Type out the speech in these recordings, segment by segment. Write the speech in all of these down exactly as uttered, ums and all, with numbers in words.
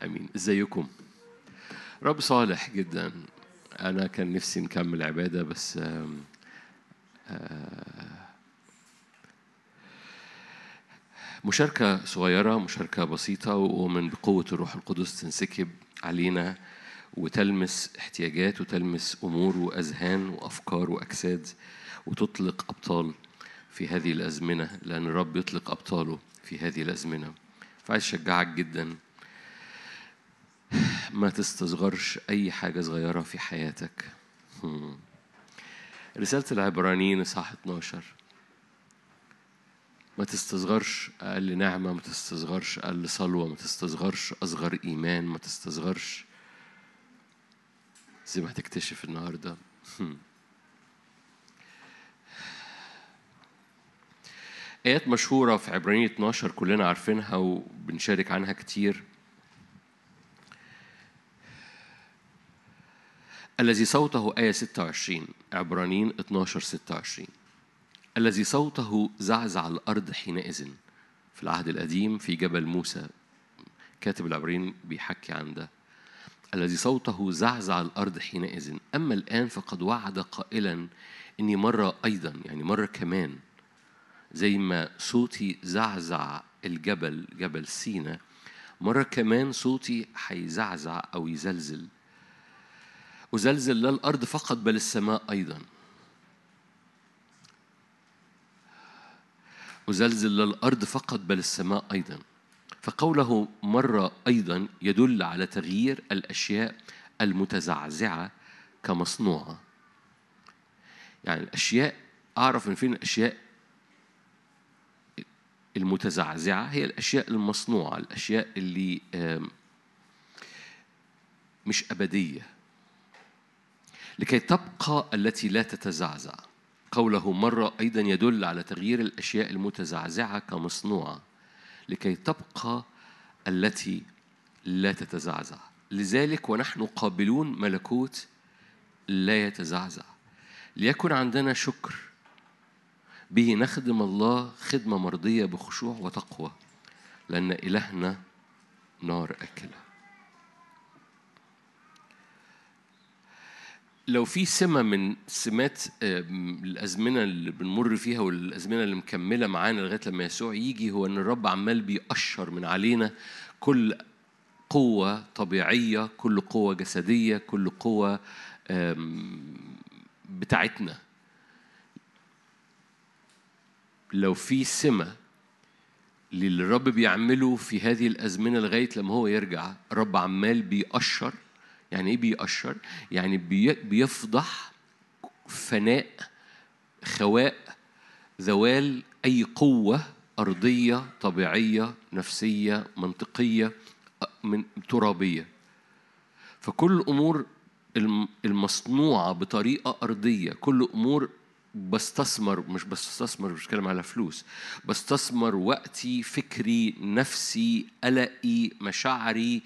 امين. ازيكم؟ رب صالح جدا. انا كان نفسي نكمل عباده بس آم، آه، مشاركه صغيره، مشاركه بسيطه، ومن بقوه الروح القدس تنسكب علينا وتلمس احتياجات وتلمس امور واذهان وافكار واجساد وتطلق ابطال في هذه الازمنه، لان الرب يطلق ابطاله في هذه الازمنه. فعايز اشجعك جدا، ما تستصغرش أي حاجة صغيرة في حياتك. هم. رسالة العبرانيين إصحاح اتناشر. ما تستصغرش أقل نعمة، ما تستصغرش أقل صلوة، ما تستصغرش أصغر إيمان، ما تستصغرش زي ما هتكتشف النهاردة. هم. آيات مشهورة في عبرانيين اتناشر كلنا عارفينها وبنشارك عنها كتير. الذي صوته آية ستة وعشرين، عبرانيين اتناشر ستة وعشرين. الذي صوته زعزع الأرض حينئذ. في العهد القديم في جبل موسى، كاتب العبرانيين بيحكي عن ده. الذي صوته زعزع الأرض حينئذ، أما الآن فقد وعد قائلا إني مرة أيضا، يعني مرة كمان، زي ما صوتي زعزع الجبل جبل سينا، مرة كمان صوتي هيزعزع أو يزلزل. وزلزل لا الأرض فقط بل السماء أيضا. وزلزل لا الأرض فقط بل السماء أيضا. فقوله مرة أيضا يدل على تغيير الأشياء المتزعزعة كمصنوعة. يعني الأشياء، أعرف إن فين الأشياء المتزعزعة هي الأشياء المصنوعة، الأشياء اللي مش أبدية، لكي تبقى التي لا تتزعزع. قوله مرة أيضا يدل على تغيير الأشياء المتزعزعة كمصنوعة لكي تبقى التي لا تتزعزع. لذلك ونحن قابلون ملكوت لا يتزعزع، ليكن عندنا شكر به نخدم الله خدمة مرضية بخشوع وتقوى، لأن إلهنا نار أكلة. لو في سمة من سمات الأزمنة اللي بنمر فيها والأزمنة اللي مكملة معانا لغاية لما يسوع يجي، هو أن الرب عمال بيقشر من علينا كل قوة طبيعية، كل قوة جسدية، كل قوة بتاعتنا. لو في سمة اللي الرب بيعمله في هذه الأزمنة لغاية لما هو يرجع، الرب عمال بيقشر. يعني إيه بيقشر؟ يعني بيفضح فناء، خواء، زوال أي قوة أرضية طبيعية نفسية منطقية من ترابية. فكل الأمور المصنوعة بطريقة أرضية، كل أمور بستثمر، مش بستثمر، مش كلام على فلوس، بستثمر وقتي، فكري، نفسي، قلقي، مشاعري،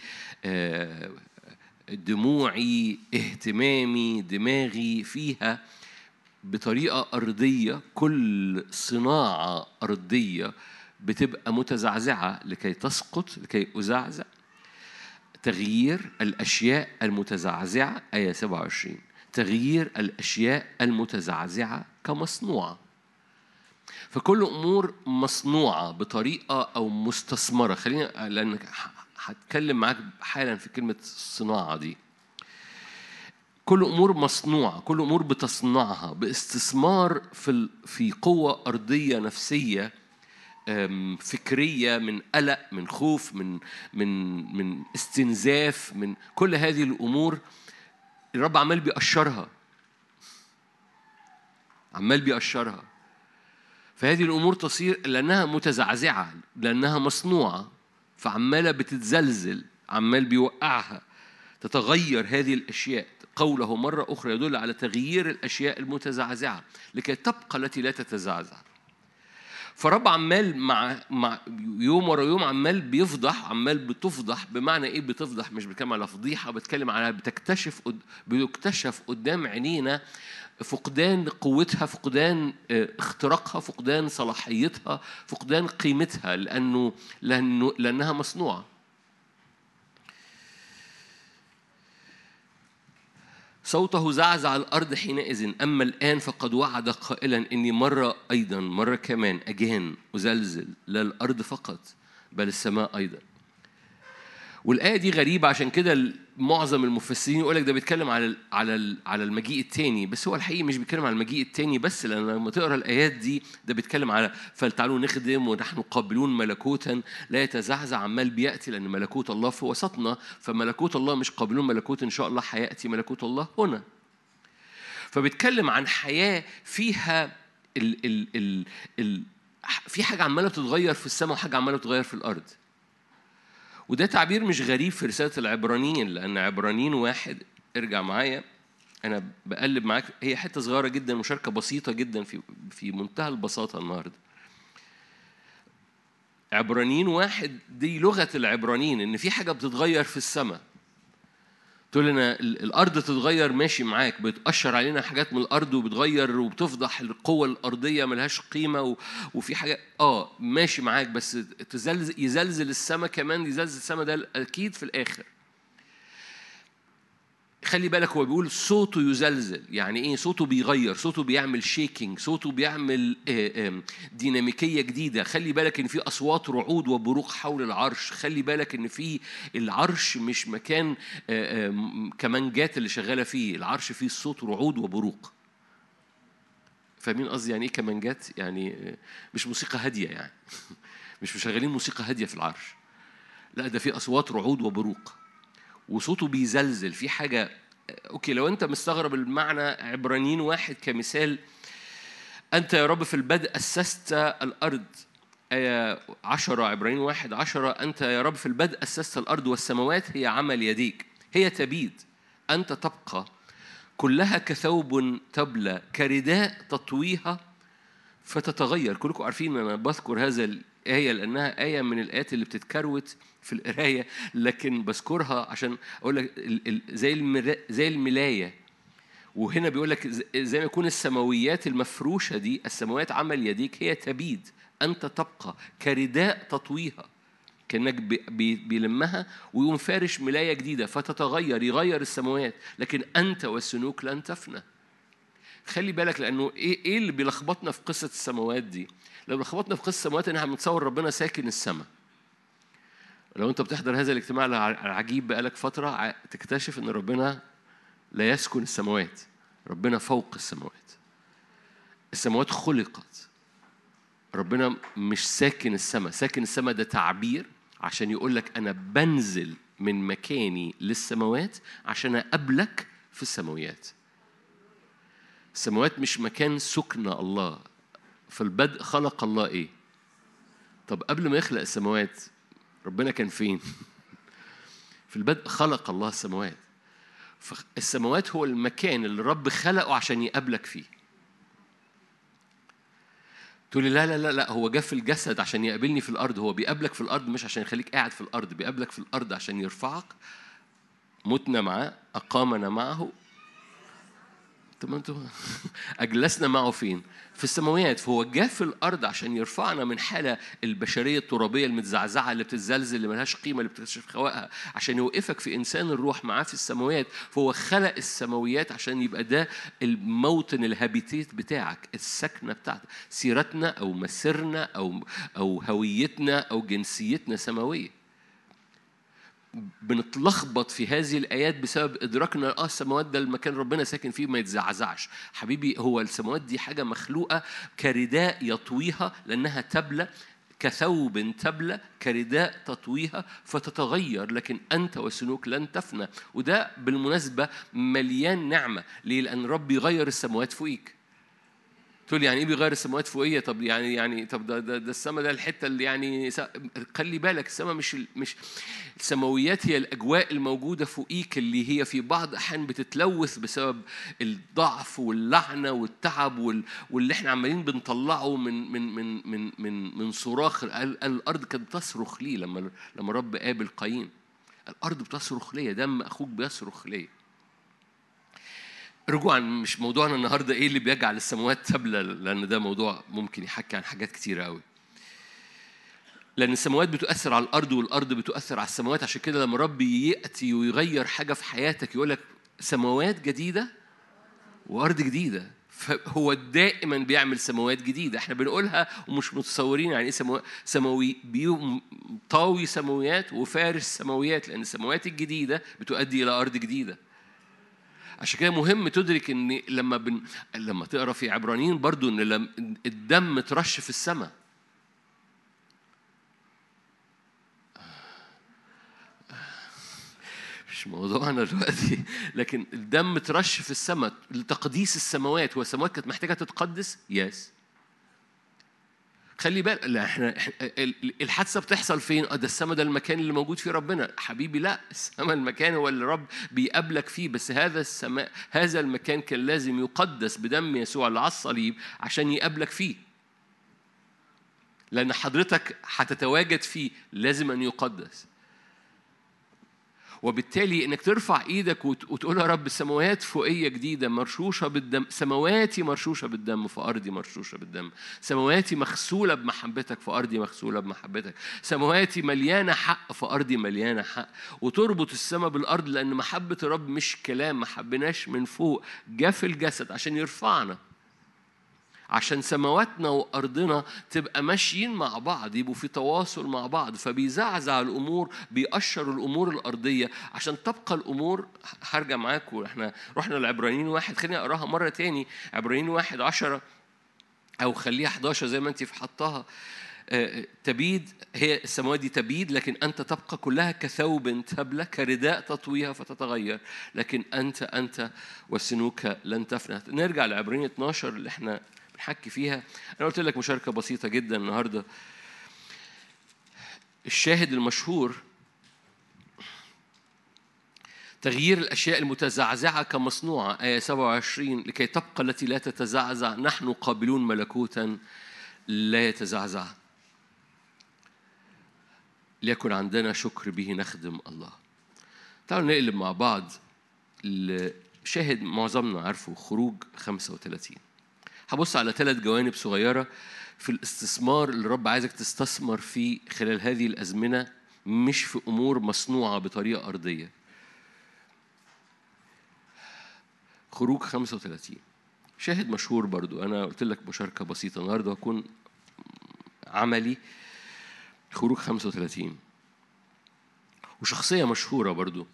دموعي، اهتمامي، دماغي فيها بطريقة أرضية. كل صناعة أرضية بتبقى متزعزعة لكي تسقط، لكي أزعزع. تغيير الأشياء المتزعزعة آية سبعة وعشرين، تغيير الأشياء المتزعزعة كمصنوعة. فكل أمور مصنوعة بطريقة أو مستثمرة. خلينا، لأن هتكلم معاك حالا في كلمة الصناعة دي. كل أمور مصنوعة، كل أمور بتصنعها باستثمار في في قوة أرضية نفسية فكرية، من قلق، من خوف، من من من استنزاف، من كل هذه الأمور. الرب عمال بيقشرها، عمال بيقشرها. فهذه الأمور تصير لأنها متزعزعة، لأنها مصنوعة، فعمالة بتتزلزل، عمال بيوقعها، تتغير هذه الأشياء. قوله مرة أخرى يدل على تغيير الأشياء المتزعزعة لكي تبقى التي لا تتزعزع. فرب عمال مع مع يوم ورا يوم عمال بيفضح، عمال بتفضح. بمعنى ايه بتفضح؟ مش بتكلم على فضيحه، بتكلم على بتكتشف بيكتشف قدام عينينا فقدان قوتها، فقدان اختراقها، فقدان صلاحيتها، فقدان قيمتها، لانه لانه لانها مصنوعه. صوته زعزع الأرض حينئذ، أما الآن فقد وعد قائلا إني مرة أيضا مرة كمان أجان أزلزل لا الأرض فقط بل السماء أيضا. والآية دي غريبة، عشان كده معظم المفسرين يقولك ده بيتكلم على على على المجيء التاني، بس هو الحقيقي مش بيتكلم على المجيء التاني بس، لأن لما تقرأ الآيات دي ده بيتكلم على فلتعالوا نخدم ونحن قابلون ملكوتا لا يتزعزع، عمال بيأتي لأن ملكوت الله في وسطنا، فملكوت الله مش قابلون ملكوت إن شاء الله هيأتي ملكوت الله هنا. فبيتكلم عن حياة فيها ال ال ال ال في حاجة عمالة بتتغير في السماء وحاجة عمالة بتتغير في الأرض. وده تعبير مش غريب في رسالة العبرانيين، لأن عبرانيين واحد، ارجع معايا أنا بقلب معاك، هي حتة صغيرة جدا، مشاركة بسيطة جدا في في منتهى البساطة النهاردة. عبرانيين واحد دي لغة العبرانيين، إن في حاجة بتتغير في السماء. تقول لنا الأرض تتغير، ماشي معاك، بتأشر علينا حاجات من الأرض وبتغير وبتفضح القوة الأرضية ملهاش قيمة، وفي حاجة آه ماشي معاك، بس تزلزل يزلزل السماء كمان، يزلزل السماء ده أكيد في الآخر. خلي بالك هو بيقول صوته يزلزل، يعني ايه؟ صوته بيغير، صوته بيعمل شيكينج، صوته بيعمل ديناميكية جديدة. خلي بالك ان في اصوات رعود وبروق حول العرش. خلي بالك ان في العرش مش مكان كمانجات اللي شغالة فيه، العرش فيه صوت رعود وبروق. فاهمين قصدي يعني ايه كمانجات؟ يعني مش موسيقى هادية، يعني مش مشغلين موسيقى هادية في العرش، لا ده في اصوات رعود وبروق وصوته بيزلزل في حاجة. أوكي، لو أنت مستغرب المعنى، عبرانيين واحد كمثال، أنت يا رب في البدء أسست الأرض، آية عشرة، عبرانيين واحد عشرة، أنت يا رب في البدء أسست الأرض والسماوات هي عمل يديك، هي تبيد أنت تبقى، كلها كثوب تبلى، كرداء تطويها فتتغير. كلكم عارفين أنا بذكر هذا الآية لأنها آية من الآيات اللي بتتكروت في القراية، لكن بذكرها عشان أقول لك زي زي الملاية. وهنا بيقول لك زي ما يكون السماويات المفروشة دي، السماوات عمل يديك، هي تبيد أنت تبقى، كرداء تطويها، كأنك بيلمها ويقوم فارش ملاية جديدة فتتغير، يغير السماوات، لكن أنت والسنوك لن تفنى. خلي بالك، لأنه إيه إيه اللي بيلخبطنا في قصة السماوات دي؟ لو لخبطنا في قصة السماوات إن إحنا بنتصور ربنا ساكن السماء. لو أنت بتحضر هذا الاجتماع العجيب بقالك فترة، تكتشف إن ربنا لا يسكن السماوات، ربنا فوق السماوات. السماوات خلقت، ربنا مش ساكن السماء. ساكن السماء ده تعبير عشان يقول لك أنا بنزل من مكاني للسماوات عشان أقابلك في السماويات. السماوات مش مكان سكن الله. في البدء خلق الله إيه؟ طب قبل ما يخلق السماوات ربنا كان فين؟ في البدء خلق الله السماوات. السماوات هو المكان اللي رب خلقه عشان يقابلك فيه. تقولي لا لا لا لا هو جاء في الجسد عشان يقابلني في الأرض. هو بيقابلك في الأرض مش عشان يخليك قاعد في الأرض، بيقابلك في الأرض عشان يرفعك. متنا معاه، أقامنا معه، أجلسنا معه فين؟ في السماوات. فهو جاء في الأرض عشان يرفعنا من حالة البشرية الترابية المتزعزعة اللي بتتزلزل اللي ملهاش قيمة اللي بتكتشف خواءها، عشان يوقفك في إنسان الروح معاه في السماوات. فهو خلق السماويات عشان يبقى ده الموطن الهابيتيت بتاعك، السكنة بتاعتك. سيرتنا أو مسيرنا أو أو هويتنا أو جنسيتنا سماوية. بنتلخبط في هذه الآيات بسبب إدراكنا آه السماوات ده المكان ربنا ساكن فيه ما يتزعزعش. حبيبي، هو السماوات دي حاجة مخلوقة كرداء يطويها لأنها تبلى، كثوب تبلى، كرداء تطويها فتتغير، لكن أنت والسنوك لن تفنى. وده بالمناسبة مليان نعمة. ليه؟ لأن رب يغير السماوات فوقيك. تقول يعني ايه بيغير السماوات فوقيه؟ طب يعني يعني طب ده ده, ده السماء ده الحته اللي يعني خلي بالك السماء مش مش السماويات هي الاجواء الموجوده فوقيك اللي هي في بعض الاحيان بتتلوث بسبب الضعف واللعنه والتعب وال واللي احنا عمالين بنطلعه من من من من من من صراخ. الارض كانت بتصرخ ليه لما لما رب قابل قايين؟ الارض بتصرخ ليه، دم اخوك بيصرخ ليه. رجوعا مش موضوعنا النهارده ايه اللي بيجعل السماوات تبلى، لان ده موضوع ممكن يحكي عن حاجات كتيره قوي. لان السماوات بتؤثر على الارض والارض بتؤثر على السماوات. عشان كده لما رب ياتي ويغير حاجه في حياتك يقول لك سماوات جديدة وأرض جديدة. فهو دائما بيعمل سماوات جديدة. احنا بنقولها ومش متصورين يعني ايه سماوي, سماوي بيو طاوي سماويات وفارس سماويات، لأن السماوات الجديدة بتؤدي إلى أرض جديدة. عشان كده مهم تدرك ان لما بن... لما تقرا في عبرانيين برضو ان لما الدم ترش في السماء، مش موضوعنا دلوقتي، لكن الدم ترش في السماء لتقديس السماوات. والسماوات كانت محتاجه تتقدس. يس خلي بالك، لا احنا الحادثه بتحصل فين؟ اه ده السماء، ده المكان اللي موجود فيه ربنا. حبيبي لا، السماء المكان هو اللي رب بيقابلك فيه، بس هذا السماء هذا المكان كان لازم يقدس بدم يسوع اللي على الصليب عشان يقابلك فيه، لأن حضرتك هتتواجد فيه لازم أن يقدس. وبالتالي انك ترفع ايدك وتقول يا رب السماوات فوقيه جديده مرشوشه بالدم، سماواتي مرشوشه بالدم فارضي مرشوشه بالدم، سماواتي مغسوله بمحبتك فارضي مغسوله بمحبتك، سماواتي مليانه حق فارضي مليانه حق. وتربط السماء بالارض، لان محبه الرب مش كلام، ما حبناش من فوق، جاء في الجسد عشان يرفعنا، عشان سماواتنا وأرضنا تبقى ماشيين مع بعض، يبقوا في تواصل مع بعض. فبيزعزع الأمور، بيقشر الأمور الأرضية عشان تبقى الأمور. هرجع معاكم، احنا رحنا لعبرانيين واحد، خليني أقراها مرة تاني. عبرانيين واحد عشرة أو خليها حداشر زي ما أنت في حطها. تبيد، هي السماوات دي تبيد لكن أنت تبقى كلها كثوب تبلة، كرداء تطويها فتتغير، لكن أنت أنت والسنوك لن تفنى. نرجع لعبرانيين اتناشر اللي احنا بنحكي فيها. أنا قلت لك مشاركة بسيطة جدا النهاردة. الشاهد المشهور تغيير الأشياء المتزعزعة كمصنوعة، آية سبعة وعشرين، لكي تبقى التي لا تتزعزع، نحن قابلون ملكوتا لا يتزعزع، ليكن عندنا شكر به نخدم الله. تعالوا نقلب مع بعض الشاهد معظمنا عارفه، خروج خمسة وثلاثين. هبص على ثلاث جوانب صغيرة في الاستثمار اللي الرب عايزك تستثمر فيه خلال هذه الأزمنة، مش في أمور مصنوعة بطريقة أرضية. خروج خمسة وثلاثين شاهد مشهور برضو. أنا قلت لك مشاركة بسيطة النهاردة هكون عملي. خروج خمسة وثلاثين وشخصية مشهورة برضو.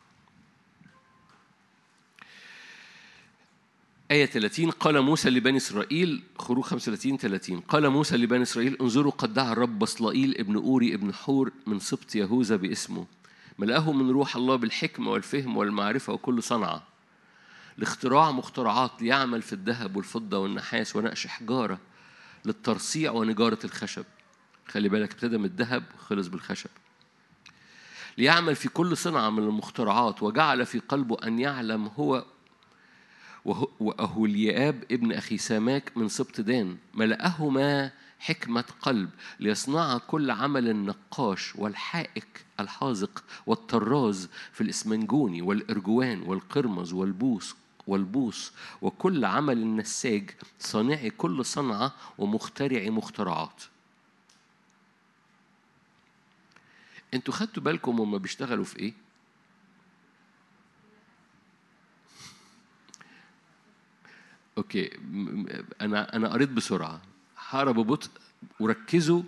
آية ثلاثين، قال موسى لبني إسرائيل، خروج خمسة وثلاثين ثلاثين، قال موسى لبني إسرائيل انظروا قد دعا الرب بصلائيل ابن أوري ابن حور من سبط يهوذا باسمه، ملأه من روح الله بالحكمة والفهم والمعرفة وكل صنعة، لاختراع مخترعات، ليعمل في الذهب والفضة والنحاس ونقش حجارة، للترصيع ونجارة الخشب. خلي بالك، ابتدى من الذهب وخلص بالخشب. ليعمل في كل صنعة من المخترعات، وجعل في قلبه أن يعلم هو وأهولياب ابن أخي ساماك من سبط دان، ملأهما حكمة قلب ليصنع كل عمل النقاش والحائك الحاذق والطراز في الإسمنجوني والإرجوان والقرمز والبوس والبوس وكل عمل النساج، صانعي كل صنعة ومخترعي مخترعات. انتوا خدتوا بالكم هم بيشتغلوا في ايه؟ اوكي، انا انا قريت بسرعه، هقرا ببطء وركزوا.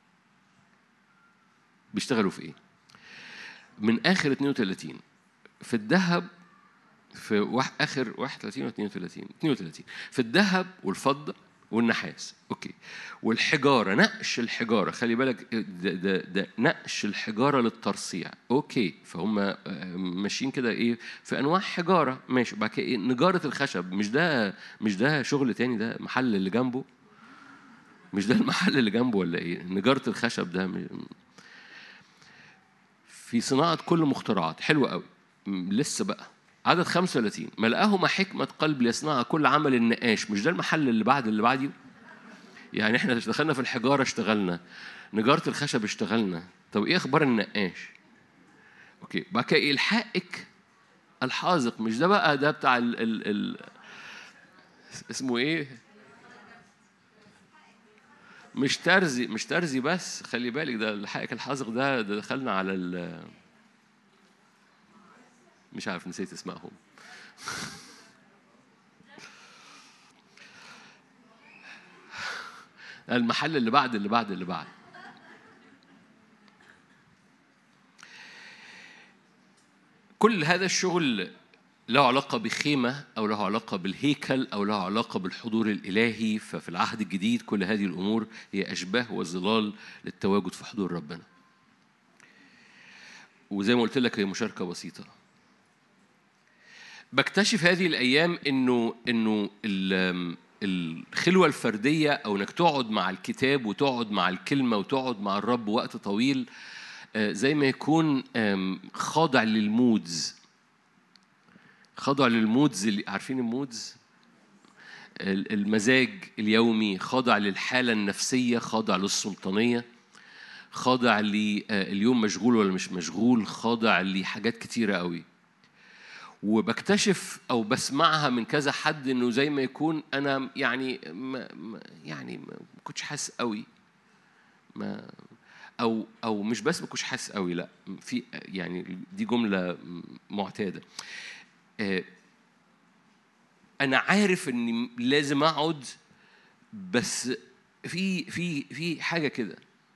بيشتغلوا في ايه؟ من اخر اثنين وثلاثين في الذهب، في واحد اخر واحد وثلاثين و اثنين وثلاثين اثنين وثلاثين في الذهب والفضه والنحاس. اوكي، والحجاره، نقش الحجاره. خلي بالك ده, ده, ده نقش الحجاره للترصيع. اوكي، فهم ماشيين كده ايه في انواع حجاره. ماشي، بعد كده نجاره الخشب. مش ده مش ده شغل تاني؟ ده محل اللي جنبه، مش ده المحل اللي جنبه ولا ايه؟ نجاره الخشب ده في صناعه كل مخترعات. حلوه قوي. لسه بقى عدد خمسة وثلاثين، ملأهما حكمة قلب ليصنع كل عمل النقاش. مش ده المحل اللي بعد اللي بعديه؟ يعني احنا دخلنا في الحجارة اشتغلنا، نجارة الخشب اشتغلنا، طب ايه اخبار النقاش؟ اوكي، بعد كده ايه؟ الحائك الحاذق. مش ده بقى ده بتاع ال ال ال اسمه ايه؟ مش ترزي، مش ترزي بس، خلي بالك ده الحائك الحاذق ده, ده دخلنا على ال مش عارف نسيت اسمائهم. المحل اللي بعد اللي بعد اللي بعد. كل هذا الشغل له علاقة بخيمة أو له علاقة بالهيكل أو له علاقة بالحضور الإلهي. ففي العهد الجديد كل هذه الأمور هي أشباه وظلال للتواجد في حضور ربنا. وزي ما قلت لك هي مشاركة بسيطة. بكتشف هذه الأيام إنه إنه الخلوة الفردية أو إنك تقعد مع الكتاب وتقعد مع الكلمة وتقعد مع الرب وقت طويل زي ما يكون خاضع للمودز. خاضع للمودز اللي عارفين المودز، المزاج اليومي، خاضع للحالة النفسية، خاضع للسلطانية، خاضع لليوم مشغول ولا مش مشغول، خاضع لحاجات كتيرة قوي. وبكتشف أو بسمعها من كذا حد إنه زي ما يكون أنا يعني ما يعني ما كنتش حاسس قوي، ما أو أو مش بس ما كنتش حاسس قوي، لا في يعني دي جملة معتادة. أنا عارف إني لازم أقعد، بس في في في حاجة كده،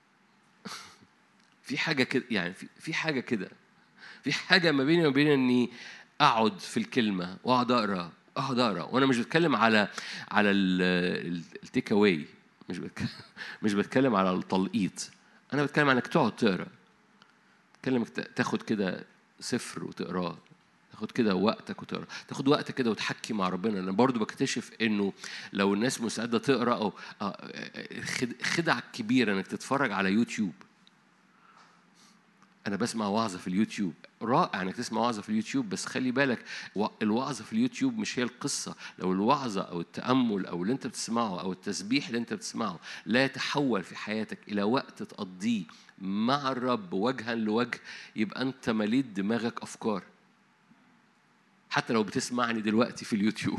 في حاجة كده يعني في في حاجة كده في حاجة ما بيني وما بين إني أقعد في الكلمة وأقعد أقرأ أقعد أقرأ وأنا مش بتكلم على على التيك أواي، مش بتكلم مش بتكلم على التلقيط، أنا بتكلم عن إنك تقعد تقرأ، بتكلم تاخد كده سفر وتقراه، تاخد كده وقتك وتقرا، تاخد وقتك كده وتحكي مع ربنا. انا برضو بكتشف انه لو الناس مستعده تقرا او خدعه كبيره انك تتفرج على يوتيوب. انا بسمع وعظه في اليوتيوب، رائع انك تسمع وعظه في اليوتيوب، بس خلي بالك الوعظه في اليوتيوب مش هي القصه. لو الوعظه او التامل او اللي انت بتسمعه او التسبيح اللي انت بتسمعه لا يتحول في حياتك الى وقت تقضيه مع الرب وجها لوجه، يبقى انت مليت دماغك افكار. حتى لو بتسمعني دلوقتي في اليوتيوب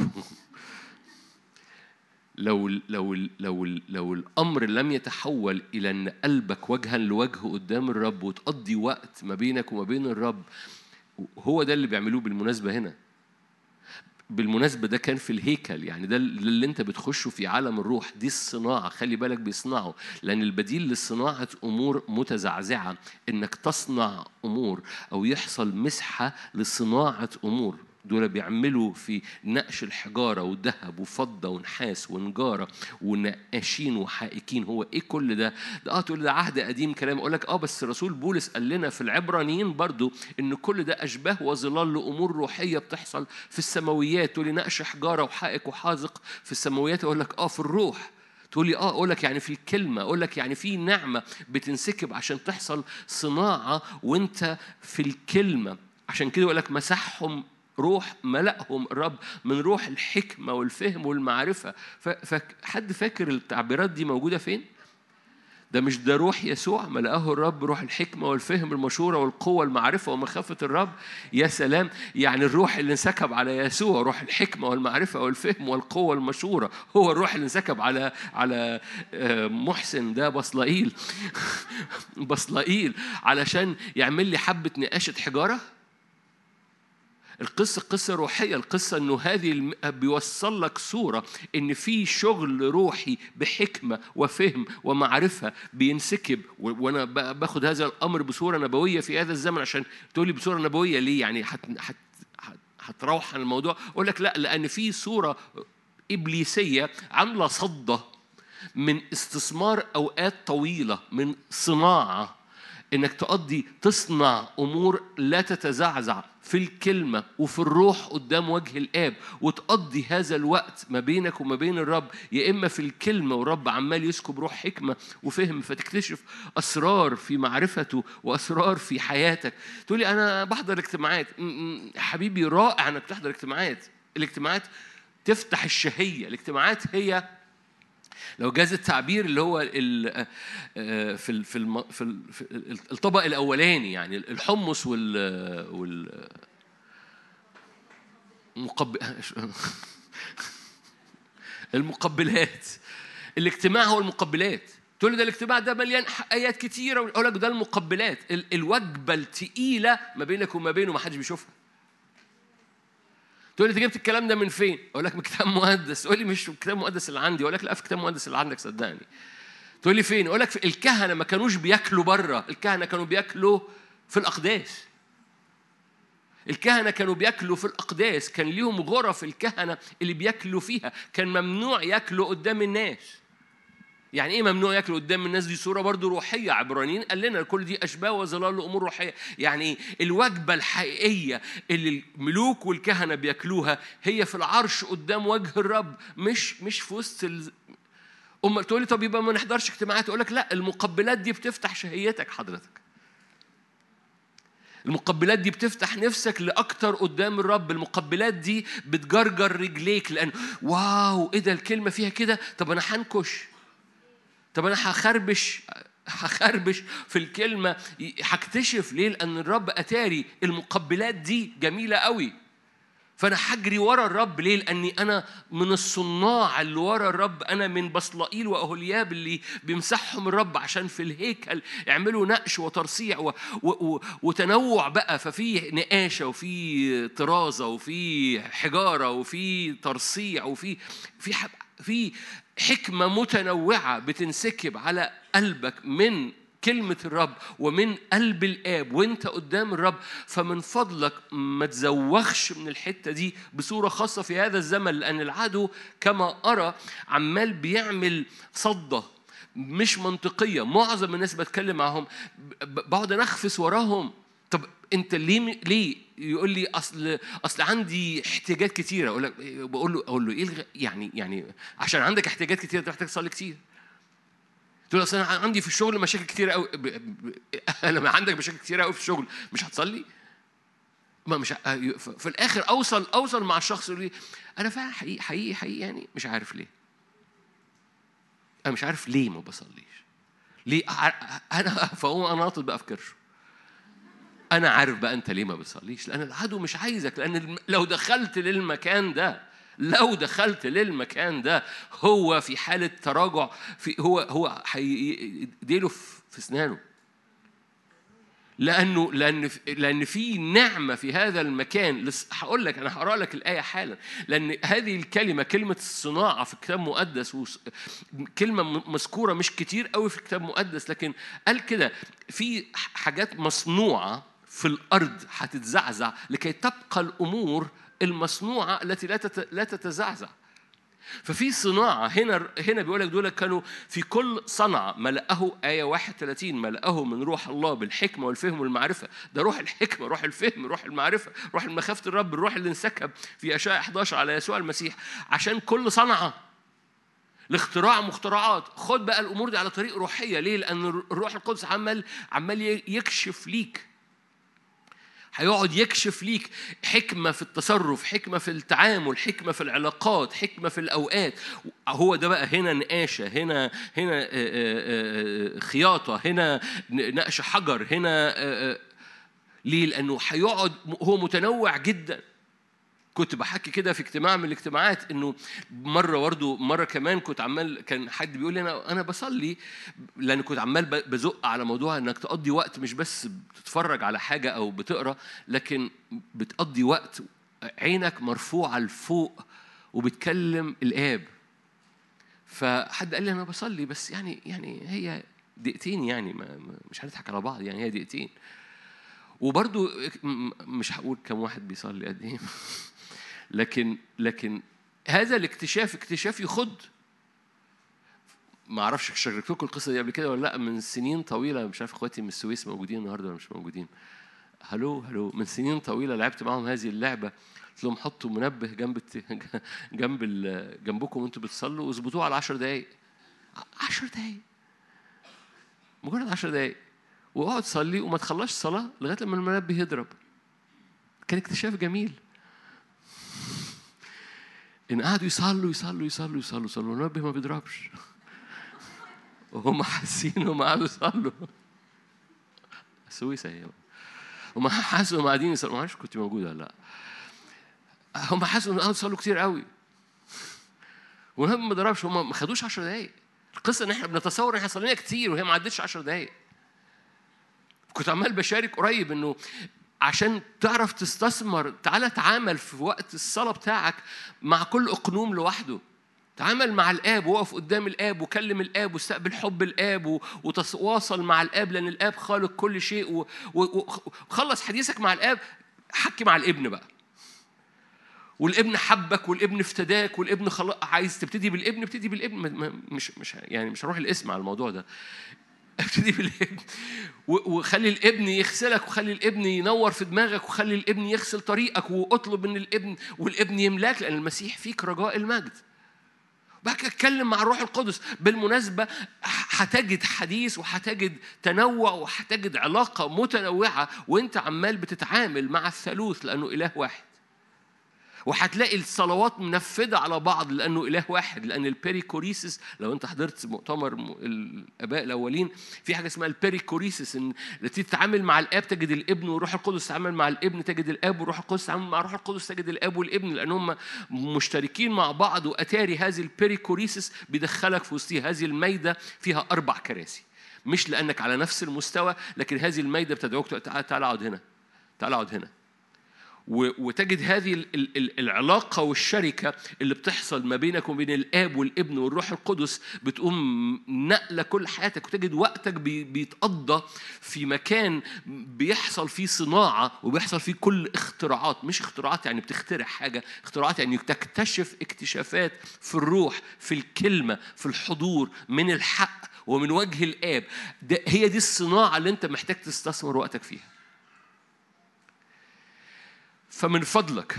لو لو لو لو الامر لم يتحول الى ان قلبك وجها لوجه قدام الرب وتقضي وقت ما بينك وما بين الرب، هو ده اللي بيعملوه بالمناسبه هنا. بالمناسبة ده كان في الهيكل، يعني ده اللي انت بتخشه في عالم الروح، دي الصناعة. خلي بالك بيصنعوا، لأن البديل لصناعة أمور متزعزعة إنك تصنع أمور أو يحصل مسحة لصناعة أمور. دول بيعملوا في نقش الحجارة وذهب وفضة ونحاس ونجارة ونقاشين وحائكين. هو إيه كل ده؟ ده آه تقول ده عهد قديم كلام، أقول لك آه بس الرسول بولس قال لنا في العبرانيين برضو إن كل ده أشباه وظلال لأمور روحية بتحصل في السماويات. تقول لي نقش حجارة وحائك وحاذق في السماويات، أقول لك آه في الروح. تقول لي آه أقول لك يعني في الكلمة، أقول لك يعني في نعمة بتنسكب عشان تحصل صناعة وأنت في الكلمة. عشان كده أقول لك مسحهم روح، ملأهم الرب من روح الحكمة والفهم والمعرفة. فحد فاكر التعبيرات دي موجودة فين؟ ده مش ده روح يسوع ملأه الرب روح الحكمة والفهم المشورة والقوة المعرفة ومخافة الرب. يا سلام، يعني الروح اللي انسكب على يسوع روح الحكمة والمعرفة والفهم والقوة المشورة، هو الروح اللي انسكب على على محسن ده بصلائيل بصلائيل علشان يعمل لي حبة نقاشة حجارة. القصة قصة روحية، القصة إنه هذه بيوصل لك صورة إن في شغل روحي بحكمة وفهم ومعرفة بينسكب. وأنا باخد هذا الأمر بصورة نبوية في هذا الزمن. عشان تقولي بصورة نبوية ليه؟ يعني حت حت هتروح عن الموضوع. أقول لك لا، لأن في صورة إبليسية عاملة صدة من استثمار أوقات طويلة من صناعة، إنك تقضي تصنع أمور لا تتزعزع في الكلمة وفي الروح قدام وجه الآب، وتقضي هذا الوقت ما بينك وما بين الرب، يا إما في الكلمة ورب عمال يسكب روح حكمة وفهم، فتكتشف أسرار في معرفته وأسرار في حياتك. تقولي أنا بحضر اجتماعات. حبيبي رائع أنك تحضر اجتماعات. الاجتماعات تفتح الشهية. الاجتماعات هي لو جاز التعبير اللي هو في في في الطبق الاولاني، يعني الحمص وال وال المقبل المقبلات. الاجتماع هو المقبلات. تقول لي ده الاجتماع ده مليان ايات كتيره، اقول لك ده المقبلات، الوجبه الثقيله ما بينك وما بينه ما حدش بيشوفها. تقول لي انت جبت الكلام ده من فين؟ اقول لك من كتاب مقدس. تقول لي مش الكتاب المقدس اللي عندي. اقول لك لا، في الكتاب المقدس اللي عندك صدقني. تقول لي فين؟ اقول لك الكهنه ما كانوش بياكلوا بره، الكهنه كانوا بياكلوا في الاقداس. الكهنه كانوا بياكلوا في الاقداس، كان ليهم غرف الكهنه اللي بياكلوا فيها، كان ممنوع ياكلوا قدام الناس. يعني ايه ممنوع ياكلوا قدام الناس؟ دي صوره برضو روحيه. عبرانيين قال لنا كل دي اشباه وظلال لامور روحيه. يعني الوجبه الحقيقيه اللي الملوك والكهنه بياكلوها هي في العرش قدام وجه الرب، مش مش في وسط ال... أم تقول لي طب يبقى ما نحضرش اجتماعات. اقول لك لا، المقبلات دي بتفتح شهيتك حضرتك. المقبلات دي بتفتح نفسك لأكتر قدام الرب. المقبلات دي بتجرجر رجليك، لأن واو إيه ده الكلمة فيها كده، طب أنا هنكش، طب أنا هخربش هخربش في الكلمة، هكتشف ليه؟ لأن الرب أتاري المقبلات دي جميلة قوي، فأنا حجري ورا الرب. ليه؟ لأني أنا من الصناع اللي ورا الرب، أنا من بصلائيل وأهولياب اللي بيمسحهم الرب عشان في الهيكل يعملوا نقش وترصيع و... و... و... وتنوع بقى. ففي نقاشة وفي طرازة وفي حجارة وفي ترصيع وفي في ح... في حكمة متنوعة بتنسكب على قلبك من كلمة الرب ومن قلب الآب وانت قدام الرب. فمن فضلك ما تزوخش من الحتة دي بصورة خاصة في هذا الزمن، لأن العدو كما أرى عمال بيعمل صدة مش منطقية. معظم الناس بتكلم معهم بقعد أنخفس وراهم. طب انت ليه ليه يقول لي اصل اصل عندي احتياجات كتيره. اقول لك بقول له اقول له ايه الغ... يعني يعني عشان عندك احتياجات كتيره انت محتاج تصلي كتير. تقول اصل انا عندي في الشغل مشاكل كتيره قوي. ب... ب... لما عندك مشاكل كتيره قوي في الشغل مش هتصلي؟ ما مش في الاخر اوصل اوصل مع الشخص يقول لي انا فعلا حقيقي حقيقي حقيقي يعني مش عارف ليه. انا مش عارف ليه ما بصليش. ليه انا فاقوم اناطط بقى في كرشه. أنا عارف بقى أنت ليه ما بتصليش، لأن العدو مش عايزك. لأن لو دخلت للمكان ده لو دخلت للمكان ده هو في حالة تراجع، في هو هو هيديله في أسنانه. لأنه لأن لأن في نعمة في هذا المكان. هقول لك أنا هقرأ لك الآية حالا، لأن هذه الكلمة كلمة الصناعة في الكتاب المقدس، كلمة مذكورة مش كتير قوي في الكتاب المقدس، لكن قال كده في حاجات مصنوعة في الأرض هتتزعزع لكي تبقى الأمور المصنوعة التي لا لا تتزعزع. ففي صناعة هنا هنا بيقول لك دول كانوا في كل صنعة ملأه آية واحد وثلاثين ملأه من روح الله بالحكمة والفهم والمعرفة. ده روح الحكمة، روح الفهم، روح المعرفة، روح المخافة الرب، الروح اللي انسكب في أشعياء إحدى عشر على يسوع المسيح عشان كل صنعة لاختراع مخترعات. خد بقى الأمور دي على طريق روحية. ليه؟ لأن الروح القدس عمال عمال يكشف ليك، هيقعد يكشف ليك حكمة في التصرف، حكمة في التعامل، حكمة في العلاقات، حكمة في الأوقات. هو ده بقى هنا نقاشة، هنا هنا خياطة، هنا نقش حجر، هنا ليه؟ لأنه هيقعد هو متنوع جدا. كنت بحكي كده في اجتماع من الاجتماعات انه مره برضه مره كمان كنت عمال كان حد بيقول لي انا انا بصلي، لان كنت عمال بزق على موضوع انك تقضي وقت مش بس بتتفرج على حاجه او بتقرا، لكن بتقضي وقت عينك مرفوعه لفوق وبتكلم الآب. فحد قال لي انا بصلي بس يعني يعني هي دقيقتين، يعني ما مش هنضحك على بعض، يعني هي دقيقتين. وبرضه مش هقول كم واحد بيصلي قد ايه لكن لكن هذا الاكتشاف اكتشاف يخض. ما اعرفش شاركت لكم القصه دي قبل كده ولا لا. من سنين طويله، مش عارف اخواتي من السويس موجودين النهارده ولا مش موجودين. هلو هلو من سنين طويله لعبت معهم هذه اللعبه. قلت لهم حطوا منبه جنب جنب جنبكم وانتوا بتصلوا واظبطوه على عشر دقائق. عشر دقائق مجرد عشر دقائق، واقعد صلي وما تخلصش صلاه لغايه لما المنبه يضرب. كان اكتشاف جميل إن قعدوا يصلوا يصلوا يصلوا يصلوا يصلوا والنبي ما بيضربش وهم حاسين هم قعدوا يصلوا. سويسة هي هم حاسوا هم قاعدين يصلوا. ما اعرفش كنت موجودة ولا لا. هم حاسوا إن قعدوا يصلوا كتير قوي والنبي ما ضربش. هم ما خدوش عشر دقايق. القصة إن إحنا بنتصور إن إحنا صلينا كتير وهي ما عدتش عشر دقايق. كنت عمال بشارك قريب إنه عشان تعرف تستثمر. تعالى تعامل في وقت الصلاة بتاعك مع كل أقنوم لوحده. تعامل مع الآب، وقف قدام الآب وكلم الآب واستقبل حب الآب وتواصل مع الآب، لأن الآب خالق كل شيء. وخلص حديثك مع الآب، حكي مع الابن بقى. والابن حبك والابن افتداك والابن خلق. عايز تبتدي بالابن، ابتدي بالابن. مش مش يعني مش هروح الاسم على الموضوع ده. ابتدي بالابن وخلي الابن يغسلك، وخلي الابن ينور في دماغك، وخلي الابن يغسل طريقك، واطلب من الابن والابن يملاك، لأن المسيح فيك رجاء المجد. بقى اتكلم مع الروح القدس. بالمناسبة هتجد حديث وهتجد تنوع وهتجد علاقة متنوعة وانت عمال بتتعامل مع الثالوث، لأنه إله واحد. وهتلاقي الصلوات منفذة على بعض لأنه إله واحد. لأن البيريكوريسيس، لو أنت حضرت مؤتمر الآباء الأولين، في حاجة اسمها البيريكوريسيس، إن التي تتعامل مع الآب تجد الابن والروح القدس، تتعامل مع الابن تجد الآب والروح القدس، تتعامل مع الروح القدس تجد الآب والابن، لأنهم مشتركين مع بعض. وأتاري هذه البيريكوريسيس بيدخلك في وسطها. هذه الميدة فيها أربع كراسي، مش لأنك على نفس المستوى، لكن هذه الميدة بتدعوك تعال اقعد هنا، تعال اقعد هنا. وتجد هذه العلاقة والشركة اللي بتحصل ما بينك وبين الآب والابن والروح القدس بتقوم نقلة كل حياتك. وتجد وقتك بيتقضى في مكان بيحصل فيه صناعة وبيحصل فيه كل اختراعات. مش اختراعات يعني بتخترع حاجة، اختراعات يعني تكتشف اكتشافات في الروح، في الكلمة، في الحضور، من الحق ومن وجه الآب. هي دي الصناعة اللي انت محتاج تستثمر وقتك فيها. فمن فضلك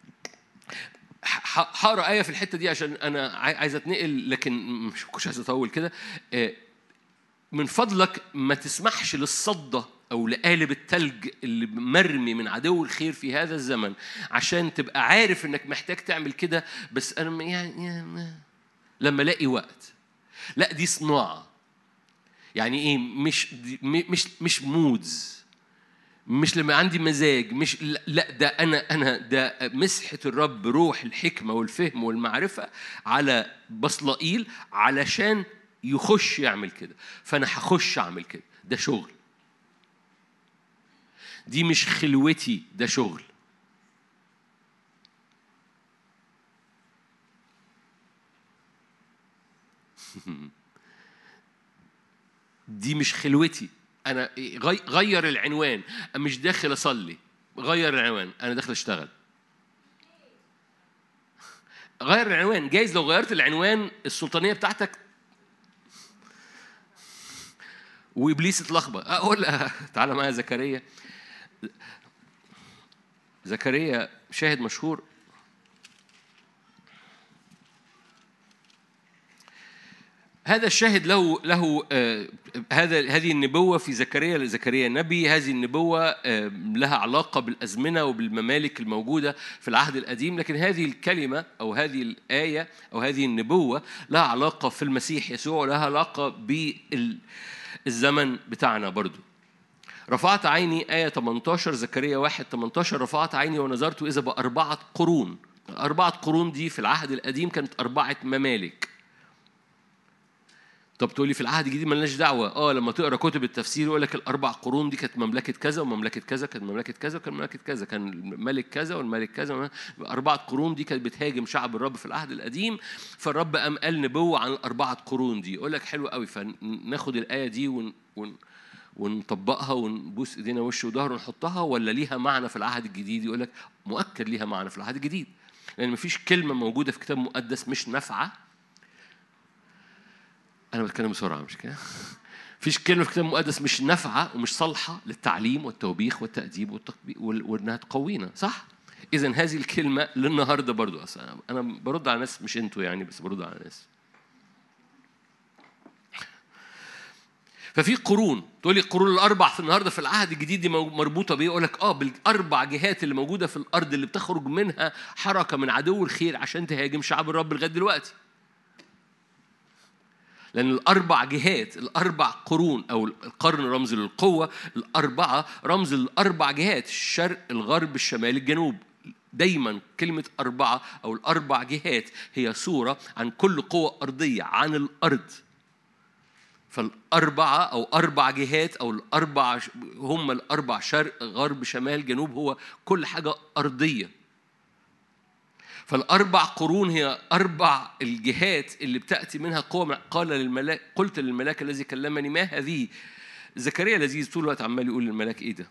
هقرا آية في الحتة دي عشان أنا عايز أتنقل، لكن مش كنتش عايز أطول كده. من فضلك ما تسمحش للصدة أو لقالب التلج اللي مرمي من عدو الخير في هذا الزمن، عشان تبقى عارف إنك محتاج تعمل كده. بس أنا يعني لما ألاقي وقت، لا دي صناعة. يعني إيه؟ مش مش مش مودز، مش لما عندي مزاج، مش لا ده أنا أنا ده مسحة الرب، روح الحكمة والفهم والمعرفة على بصلائيل علشان يخش يعمل كده. فأنا هخش أعمل كده. ده شغل، دي مش خلوتي، ده شغل. دي مش خلوتي. أنا غير العنوان، مش داخل أصلي، غير العنوان، أنا داخل أشتغل. غير العنوان. جايز لو غيرت العنوان السلطانية بتاعتك وإبليس اتلخبط. أقول تعالى معايا زكريا. زكريا شاهد مشهور. هذا الشاهد له له آه هذا هذه النبوة في زكريا لزكريا النبي. هذه النبوة آه لها علاقة بالأزمنة وبالممالك الموجودة في العهد القديم، لكن هذه الكلمة أو هذه الآية أو هذه النبوة لها علاقة في المسيح يسوع، ولها علاقة بالزمن بتاعنا برضو. رفعت عيني آية ثمانية عشر، زكريا واحد ثمانية عشر. رفعت عيني ونظرت إذا بأربعة قرون. أربعة قرون دي في العهد القديم كانت أربعة ممالك. طب تقولي في العهد الجديد مالناش دعوة. اه لما تقرا كتب التفسير يقول لك الاربع قرون دي كانت مملكه كذا ومملكه كذا، كانت مملكه كذا وكانت مملكه كذا، كان الملك كذا والملك كذا. اربعه قرون دي كانت بتهاجم شعب الرب في العهد القديم. فالرب قام قال نبوه عن الاربعه قرون دي. يقول لك حلو قوي، فناخد الايه دي ون, ون ونطبقها ونبوس ايدينا وش وظهر ونحطها، ولا ليها معنى في العهد الجديد؟ يقول لك مؤكد ليها معنى في العهد الجديد، لان يعني مفيش كلمه موجوده في كتاب مقدس مش نافعه. أنا بتكلم بسرعة مش كده؟ فيش كلمة في الكتاب المقدس مش نافعة ومش صالحة للتعليم والتوبيخ والتأديب والتطبيق وإنها تقوينا، صح؟ إذن هذه الكلمة للنهاردة برضو. أصلا أنا برد على ناس، مش أنتوا يعني، بس برد على ناس. ففي قرون، تقول لي القرون الأربع في النهاردة في العهد الجديد دي مربوطة بيه. أقول لك آه بالأربع جهات اللي موجودة في الأرض اللي بتخرج منها حركة من عدو الخير عشان تهاجم شعب الرب لغاية دلوقتي. لأن الأربع جهات، الأربع قرون أو القرن رمز للقوة، الأربعة رمز للأربع جهات، الشرق، الغرب، الشمال، الجنوب. دايما كلمة أربعة أو الأربع جهات هي صورة عن كل قوة أرضية عن الأرض. فالأربعة أو أربع جهات أو الأربع هم الأربع شرق غرب شمال جنوب، هو كل حاجة أرضية. فالأربع قرون هي أربع الجهات اللي بتأتي منها قوة. قال للملاك قلت للملاك الذي كلمني ما هذه. زكريا لذيذ طول الوقت عمال يقول للملاك إيه ده.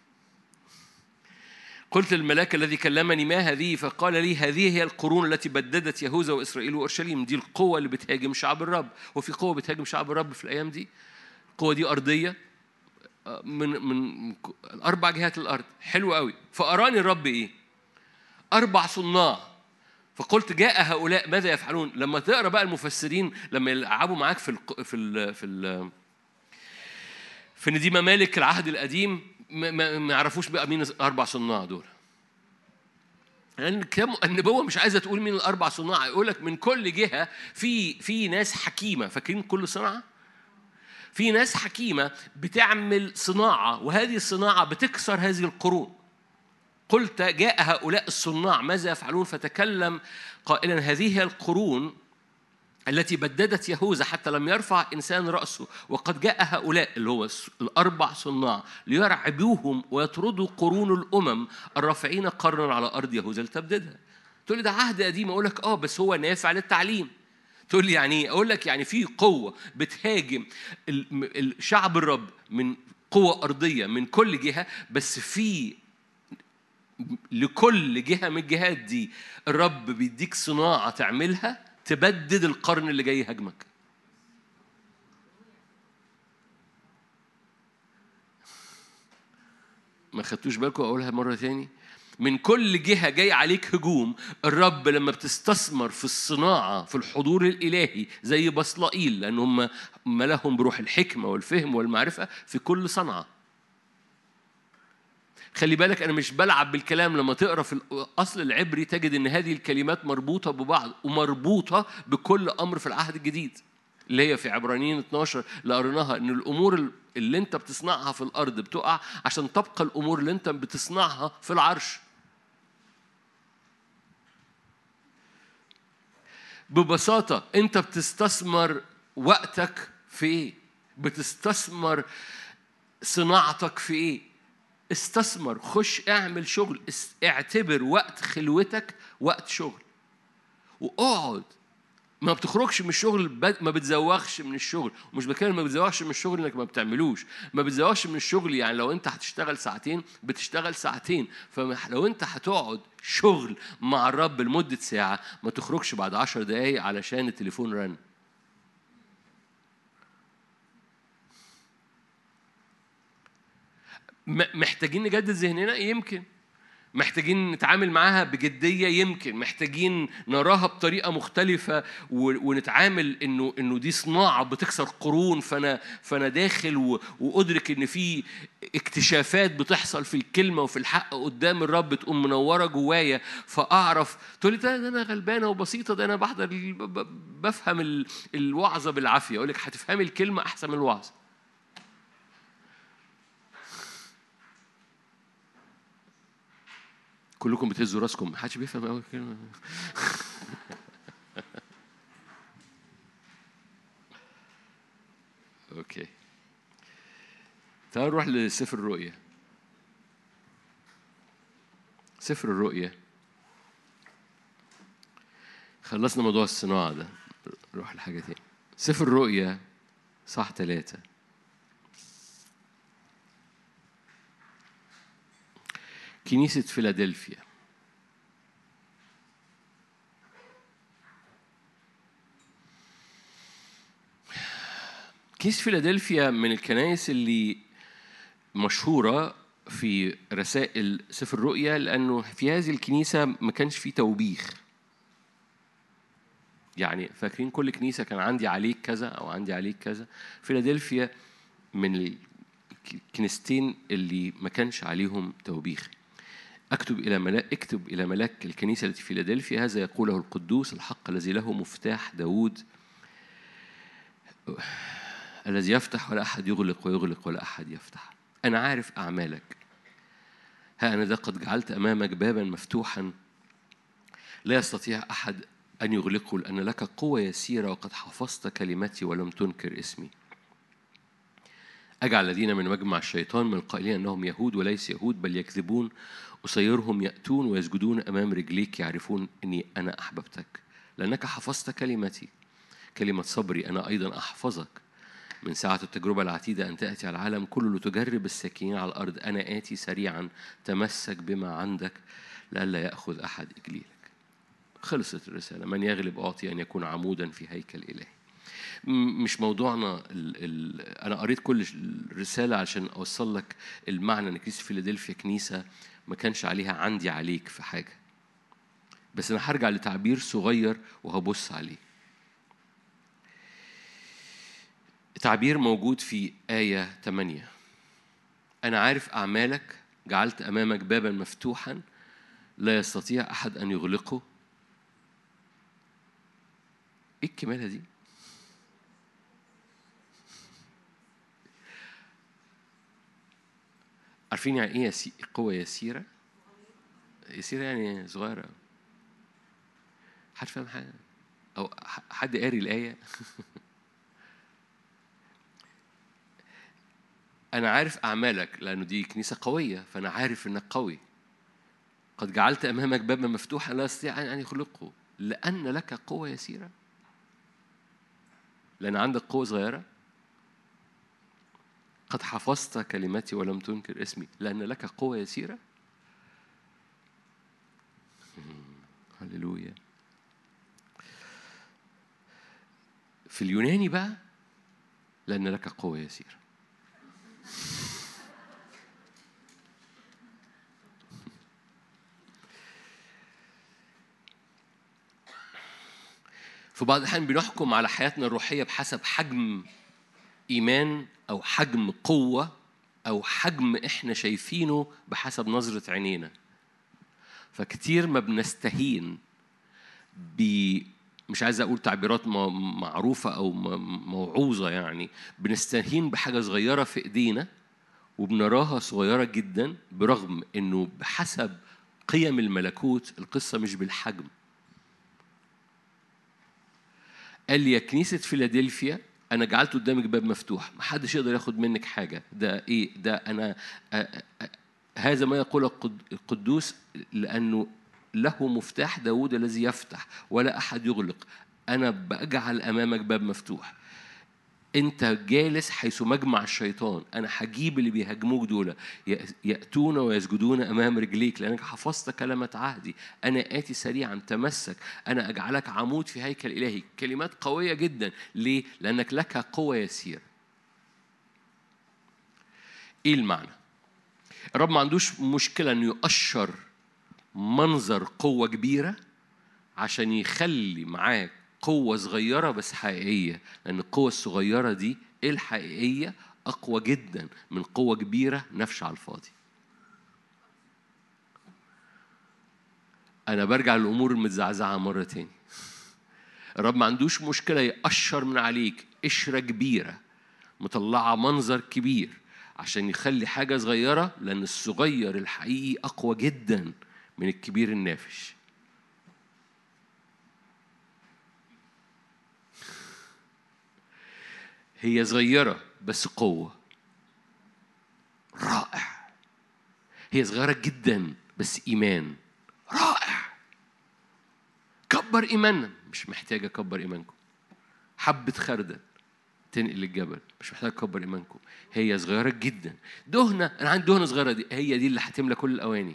قلت للملاك الذي كلمني ما هذه، فقال لي هذه هي القرون التي بددت يهوذا وإسرائيل وأورشليم. دي القوة اللي بتهاجم شعب الرب. وفي قوة بتهاجم شعب الرب في الأيام دي. القوة دي أرضية من من أربع جهات الأرض. حلو قوي. فأراني الرب إيه؟ أربع صناع. فقلت جاء هؤلاء ماذا يفعلون؟ لما تقرأ بقى المفسرين لما يلعبوا معاك في ال في ال في ال في إن دي ممالك العهد القديم، ما ما يعرفوش بقى مين الأربع صناع دول. لأن يعني النبوة مش عايزة تقول مين الأربع صناع، يقول لك من كل جهة في في ناس حكيمة. فاكرين كل صناعة؟ في ناس حكيمة بتعمل صناعة، وهذه الصناعة بتكسر هذه القرون. قلت جاء هؤلاء الصناع ماذا يفعلون؟ فتكلم قائلا هذه هي القرون التي بددت يهوذا حتى لم يرفع إنسان رأسه، وقد جاء هؤلاء اللي هو الأربع صناع ليرعبوهم ويطردوا قرون الأمم الرافعين قرنا على أرض يهوذا لتبددها. تقول لي ده عهد قديم. أقول لك آه بس هو نافع للتعليم. تقول لي يعني إيه؟ أقول لك يعني في قوة بتهاجم الشعب الرب من قوة أرضية من كل جهة، بس في لكل جهة من الجهات دي الرب بيديك صناعة تعملها تبدد القرن اللي جاي هجمك. ما خدتوش بالكم؟ أقولها مرة تاني. من كل جهة جاي عليك هجوم، الرب لما بتستثمر في الصناعة في الحضور الإلهي زي بصلائيل، لأنهم ملهم بروح الحكمة والفهم والمعرفة في كل صنعة. خلي بالك أنا مش بلعب بالكلام. لما تقرأ في الأصل العبري تجد أن هذه الكلمات مربوطة ببعض ومربوطة بكل أمر في العهد الجديد، اللي هي في عبرانيين اتناشر اللي قريناها، أن الأمور اللي أنت بتصنعها في الأرض بتقع عشان تبقى الأمور اللي أنت بتصنعها في العرش. ببساطة أنت بتستثمر وقتك في إيه؟ بتستثمر صناعتك في إيه؟ استثمر. خش اعمل شغل. اعتبر وقت خلوتك وقت شغل، واقعد. ما بتخرجش من الشغل، ما بتزوغش من الشغل. ومش بتكلم ما بتزوغش من الشغل انك ما بتعملوش، ما بتزوغش من الشغل يعني لو انت هتشتغل ساعتين بتشتغل ساعتين. فلو انت هتقعد شغل مع الرب لمدة ساعة ما تخرجش بعد عشر دقايق علشان التليفون رن. محتاجين نجدد ذهننا، يمكن محتاجين نتعامل معاها بجدية، يمكن محتاجين نراها بطريقة مختلفة ونتعامل إنه إنه دي صناعة بتكسر قرون. فأنا فأنا داخل وأدرك إن في اكتشافات بتحصل في الكلمة وفي الحق قدام الرب تقوم منورة جوايا، فأعرف. تقول لي ده أنا غلبانة وبسيطة، ده أنا بحضر بفهم الوعظة بالعافية. أقول لك هتفهمي الكلمة أحسن من الوعظة. كلكم بتهزوا راسكم، محدش بيفهم أول كلمة. أوكي، تعالوا نروح لسفر الرؤيا. سفر الرؤيا خلصنا موضوع الصناعة ده، نروح لحاجة تاني. سفر الرؤيا صح ثلاثة. كنيسة فيلادلفيا. كنيسة فيلادلفيا من الكنائس اللي مشهورة في رسائل سفر الرؤيا، لأنه في هذه الكنيسة ما كانش فيه توبيخ. يعني فاكرين كل كنيسة كان عندي عليك كذا أو عندي عليك كذا. فيلادلفيا من الكنيستين اللي ما كانش عليهم توبيخ. اكتب إلى ملاك اكتب إلى ملاك الكنيسة التي في فيلادلفيا، هذا يقوله القدوس الحق الذي له مفتاح داود، الذي يفتح ولا أحد يغلق ويغلق ولا أحد يفتح. أنا عارف أعمالك، ها أنا ذا قد جعلت أمامك بابا مفتوحا لا يستطيع أحد أن يغلقه، لأن لك قوة يسيرة وقد حفظت كلمتي ولم تنكر اسمي. أجعل الذين من مجمع الشيطان من القائلين أنهم يهود وليس يهود بل يكذبون أصيرهم يأتون ويسجدون أمام رجليك يعرفون أني أنا أحببتك لأنك حفظت كلمتي كلمة صبري أنا أيضا أحفظك من ساعة التجربة العتيدة أن تأتي على العالم كله لتجرب الساكنين على الأرض أنا آتي سريعا تمسك بما عندك لئلا يأخذ أحد إجليلك. خلصت الرسالة. من يغلب أعطي أن يكون عمودا في هيكل إلهي. مش موضوعنا ال ال أنا قريت كل الرسالة عشان أوصل لك المعنى إن كنيسة فيلادلفيا كنيسة ما كانش عليها عندي عليك في حاجة، بس أنا هرجع لتعبير صغير وهبص عليه. تعبير موجود في آية ثمانية. أنا عارف أعمالك جعلت أمامك بابا مفتوحا لا يستطيع أحد أن يغلقه. إيه الكمالة دي؟ عارفين يعني إيه يسي... قوة يسيرة؟ يسيرة يعني صغيرة. حد فاهم حاجة؟ أو حد قاري الآية؟ أنا عارف أعمالك لأنه دي كنيسة قوية، فأنا عارف إنك قوي. قد جعلت أمامك بابا مفتوحا لا يستطيع أن يخلقه لأن لك قوة يسيرة. لأن عندك قوة صغيرة. قد حفظت كلمتي ولم تنكر اسمي لأن لك قوة يسيرة. هللويا. في اليوناني بقى لأن لك قوة يسيرة. في بعض الأحيان بنحكم على حياتنا الروحية بحسب حجم إيمان أو حجم قوة أو حجم إحنا شايفينه بحسب نظرة عينينا. فكتير ما بنستهين ب مش عايز أقول تعبيرات معروفة أو موعوظة، يعني بنستهين بحاجة صغيرة في إيدينا وبنراها صغيرة جدا برغم إنه بحسب قيم الملكوت القصة مش بالحجم. قال لي يا كنيسة فيلادلفيا أنا جعلت قدامك باب مفتوح محدش يقدر ياخد منك حاجة. ده إيه ده؟ أنا أ أ هذا ما يقول القدوس لأنه له مفتاح داود الذي يفتح ولا أحد يغلق. أنا بأجعل أمامك باب مفتوح. أنت جالس حيث مجمع الشيطان. أنا هجيب اللي بيهاجموك دول يأتون ويسجدون أمام رجليك لأنك حفظت كلمة عهدي. أنا آتي سريعا تمسك. أنا أجعلك عمود في هيكل إلهي. كلمات قوية جدا. ليه؟ لأنك لك قوة يسيرة. إيه المعنى؟ الرب ما عندوش مشكلة أنه يؤشر منظر قوة كبيرة عشان يخلي معاك قوة صغيرة بس حقيقية، لأن القوة الصغيرة دي الحقيقية أقوى جدا من قوة كبيرة نفش على الفاضي. أنا برجع للأمور المتزعزعة مرة تاني. الرب ما عندوش مشكلة يقشر من عليك قشرة كبيرة مطلعة منظر كبير عشان يخلي حاجة صغيرة، لأن الصغير الحقيقي أقوى جدا من الكبير النافش. هي صغيرة بس قوة. رائع. هي صغيرة جدا بس إيمان رائع. كبر إيماننا. مش محتاجة كبر إيمانكم. حبة خردل تنقل الجبل. مش محتاج كبر إيمانكم. هي صغيرة جدا. دهنة. أنا عندي دهنة صغيرة دي هي دي اللي هتملى كل الأواني.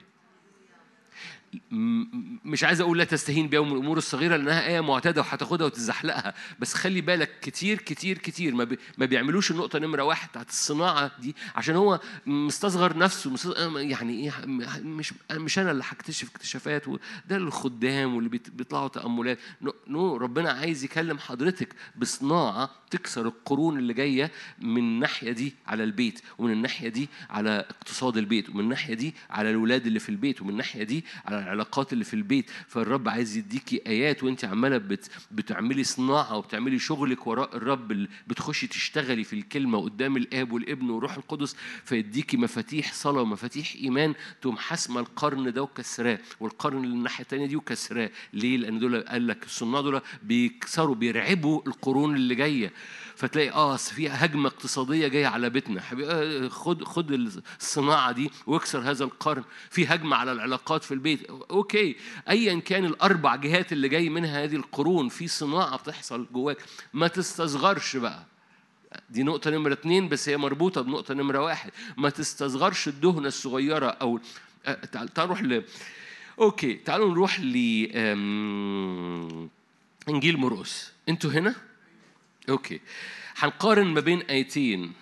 مش عايز أقول لا تستهين بيها من الأمور الصغيرة لأنها آية معتادة وهتاخدها وتزحلقها، بس خلي بالك كتير كتير كتير ما, بي ما بيعملوش النقطة نمرة واحد بتاعت الصناعة دي عشان هو مستصغر نفسه. مستصغر يعني إيه؟ مش مش أنا اللي هكتشف اكتشافات وده الخدام واللي بيطلعوا تأملات. نو, نو ربنا عايز يكلم حضرتك بصناعة تكسر القرون اللي جاية من الناحية دي على البيت، ومن الناحية دي على اقتصاد البيت، ومن الناحية دي على الولاد اللي في البيت، ومن الناحية دي على العلاقات اللي في البيت. فالرب عايز يديكي آيات وانت عمالة بت بتعملي صناعة وبتعملي شغلك وراء الرب، بتخشي تشتغلي في الكلمة قدام الآب والابن والروح القدس، فيديكي مفاتيح صلاة ومفاتيح إيمان تقوم حاسمة القرن ده وكسراه، والقرن اللي الناحية التانية دي وكسراه. ليه؟ لأن دول قال لك الصناع دول بيكسروا بيرعبوا القرون اللي جاية. فتلاقي اه في هجمة اقتصادية جاية على بيتنا، خد خد الصناعة دي واكسر هذا القرن. في هجمة على العلاقات في البيت، اوكي، ايا كان الاربع جهات اللي جاي منها هذه القرون، في صناعة بتحصل جواك. ما تستصغرش بقى، دي نقطة نمرة اتنين بس هي مربوطة بنقطة نمرة واحد. ما تستصغرش الدهنة الصغيرة. أو تعال نروح ل أوكي تعالوا نروح ل إنجيل مرقس. أنتوا هنا؟ أوكي، هنقارن ما بين آيتين،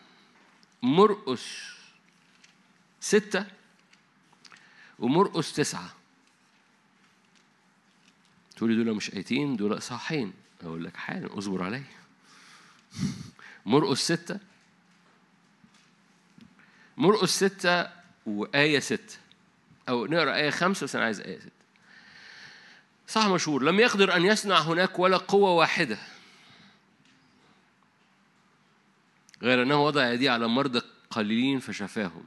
مرقس ستة ومرقس تسعة. تقولي دول مش آيتين، دول إصحاحين. أقول لك حالا، أصبر علي. مرقس ستة، مرقس ستة وآية ستة، أو نقرأ آية خمسة بس أنا عايز آية ستة. صح مشهور، لم يقدر أن يصنع هناك ولا قوة واحدة غير أنه وضع يديه على مرضى قليلين فشفاهم.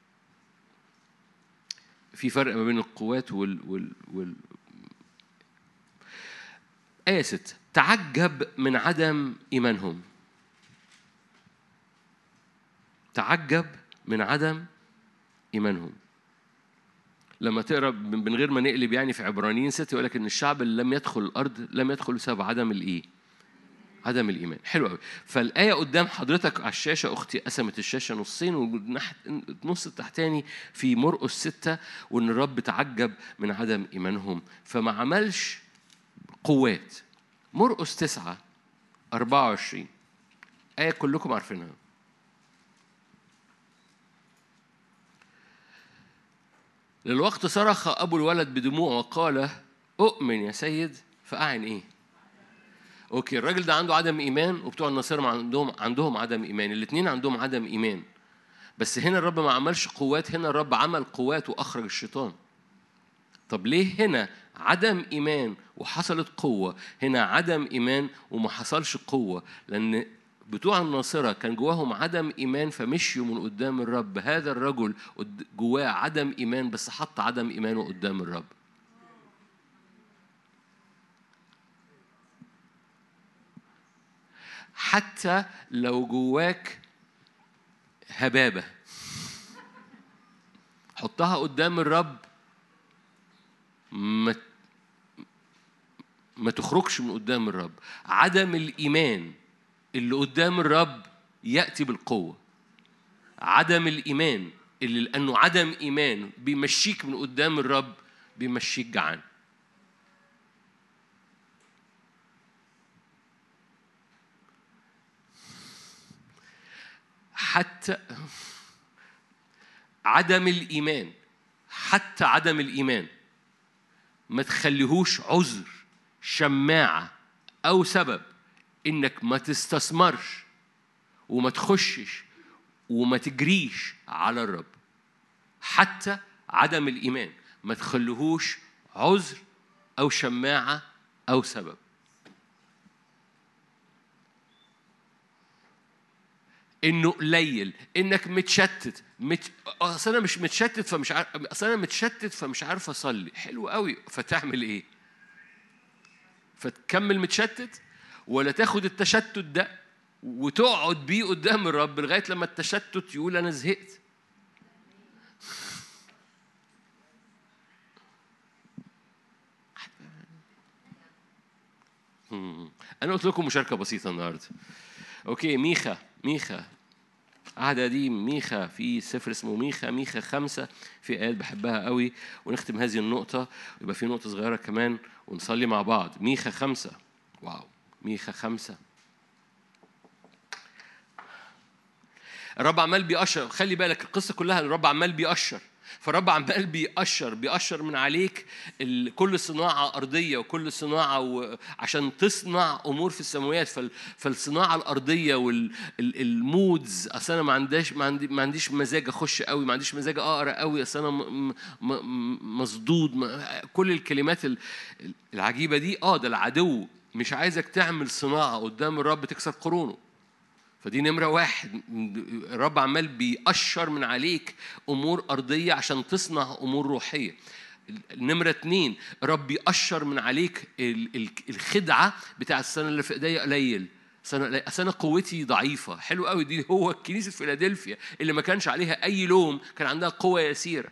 في فرق ما بين القوات وال وال وال آية ستة، تعجب من عدم إيمانهم. تعجب من عدم إيمانهم. لما تقرأ من غير ما نقلب يعني في عبرانيين ستة يقول لك إن الشعب اللي لم يدخل الأرض لم يدخل بسبب عدم الإيه؟ عدم الإيمان. حلو قوي. فالآية قدام حضرتك على الشاشة، أختي قسمت الشاشة نصين، والنص التحتاني في مرقس ستة، وإن الرب تعجب من عدم إيمانهم فما عملش قوات. مرقس تسعة أربعة وعشرين، آية كلكم عارفينها. للوقت صرخ أبو الولد بدموع وقال أؤمن يا سيد فأعن إيه؟ أوكي، الراجل ده عنده عدم إيمان، وبتوع النصارى عندهم عندهم عدم إيمان. الاثنين عندهم عدم إيمان، بس هنا الرب ما عملش قوات، هنا الرب عمل قوات وأخرج الشيطان. طب ليه هنا عدم إيمان وحصلت قوة، هنا عدم إيمان وما حصلش قوة؟ لأن بتوع الناصرة كان جواهم عدم إيمان فمشيوا من قدام الرب. هذا الرجل جواه عدم إيمان بس حط عدم إيمانه قدام الرب. حتى لو جواك هبابة حطها قدام الرب، ما ما تخرجش من قدام الرب. عدم الإيمان اللي قدام الرب يأتي بالقوة. عدم الإيمان اللي لأنه عدم إيمان بيمشيك من قدام الرب بيمشيك جعان. حتى عدم الإيمان، حتى عدم الإيمان ما تخليهوش عذر، شماعة، أو سبب إنك ما تستثمرش وما تخشش وما تجريش على الرب. حتى عدم الإيمان ما تخليهوش عذر أو شماعة أو سبب. إنه قليل، إنك متشتت، مت... أصل أنا مش متشتت فمش عارف، أصل أنا متشتت فمش عارف أصلي. حلو قوي، فتعمل إيه؟ فتكمل متشتت، ولا تاخد التشتت ده وتقعد بيه قدام الرب لغاية لما التشتت يقول أنا زهقت. أنا قلت لكم مشاركة بسيطة النهاردة. أوكي، ميخا ميخا عهد قديم، ميخا في سفر اسمه ميخا، ميخا خمسة، في آيات بحبها قوي، ونختم هذه النقطة ويبقى في نقطة صغيرة كمان ونصلي مع بعض. ميخا خمسة، واو، ميخا خمسة. الرب عمال بيأشر، خلي بالك القصة كلها الرب عمال بيأشر فالرب عمال بيأشر بيأشر من عليك كل صناعة أرضية وكل صناعة عشان تصنع أمور في السماوات. فالصناعة الأرضية والمودز، أصل أنا ما عنديش ما عندي ما عنديش مزاج أخش قوي، ما عنديش مزاج أقرأ قوي، أصل أنا مصدود، كل الكلمات العجيبة دي. آه ده العدو مش عايزك تعمل صناعة قدام الرب تكسر قرونه. فدي نمرة واحد. الرب عمال بيأشر من عليك أمور أرضية عشان تصنع أمور روحية. نمرة اتنين، الرب بيأشر من عليك الخدعة بتاع السنة اللي في إيديا قليل، سنة سنة قوتي ضعيفة. حلو قوي. دي هو كنيسة فيلادلفيا اللي ما كانش عليها أي لوم، كان عندها قوة يسيرة.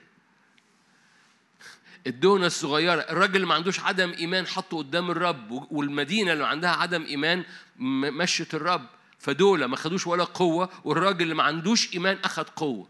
الدهنة الصغيرة، الراجل اللي ما عندوش عدم إيمان حطه قدام الرب، والمدينة اللي عندها عدم إيمان مشت الرب. فدول ما خدوش ولا قوة، والراجل اللي ما عندوش إيمان أخد قوة،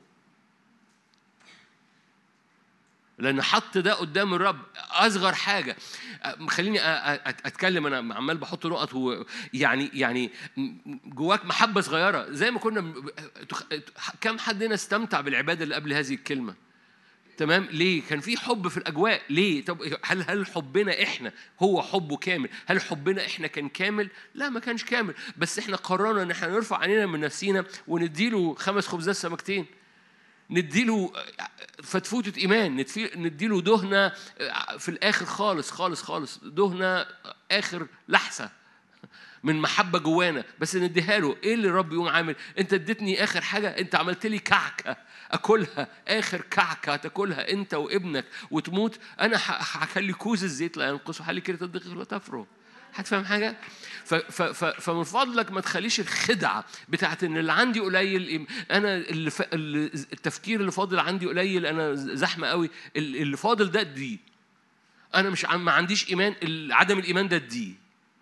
لأن حط ده قدام الرب. أصغر حاجة، خليني أتكلم، أنا عمال بحط نقط. يعني يعني جواك محبة صغيرة، زي ما كنا. كم حد هنا استمتع بالعبادة اللي قبل هذه الكلمة؟ تمام. ليه؟ كان في حب في الأجواء. ليه؟ طب هل هل حبنا إحنا هو حبه كامل؟ هل حبنا إحنا كان كامل؟ لا، ما كانش كامل. بس إحنا قررنا إن إحنا نرفع عينينا من نفسينا ونديله خمس خبزات سمكتين، نديله فتفوتة إيمان، نديله دهنة في الآخر خالص خالص خالص، دهنة آخر لحسة من محبة جوانا، بس نديها له. إيه اللي الرب يقوم عامل؟ أنت اديتني آخر حاجة، أنت عملت لي كعكة أكلها، آخر كعكة تاكلها أنت وابنك وتموت. أنا هخلي كوز الزيت لا ينقص وحلي كرة الدقيق لا تفرغ. هتفهم حاجة؟ فمن فضلك ما تخليش الخدعة بتاعت إن اللي عندي قليل، أنا اللي ف... التفكير اللي فاضل عندي قليل، أنا زحمة قوي، اللي فاضل ده دي، أنا مش ما عنديش إيمان، عدم الإيمان ده دي.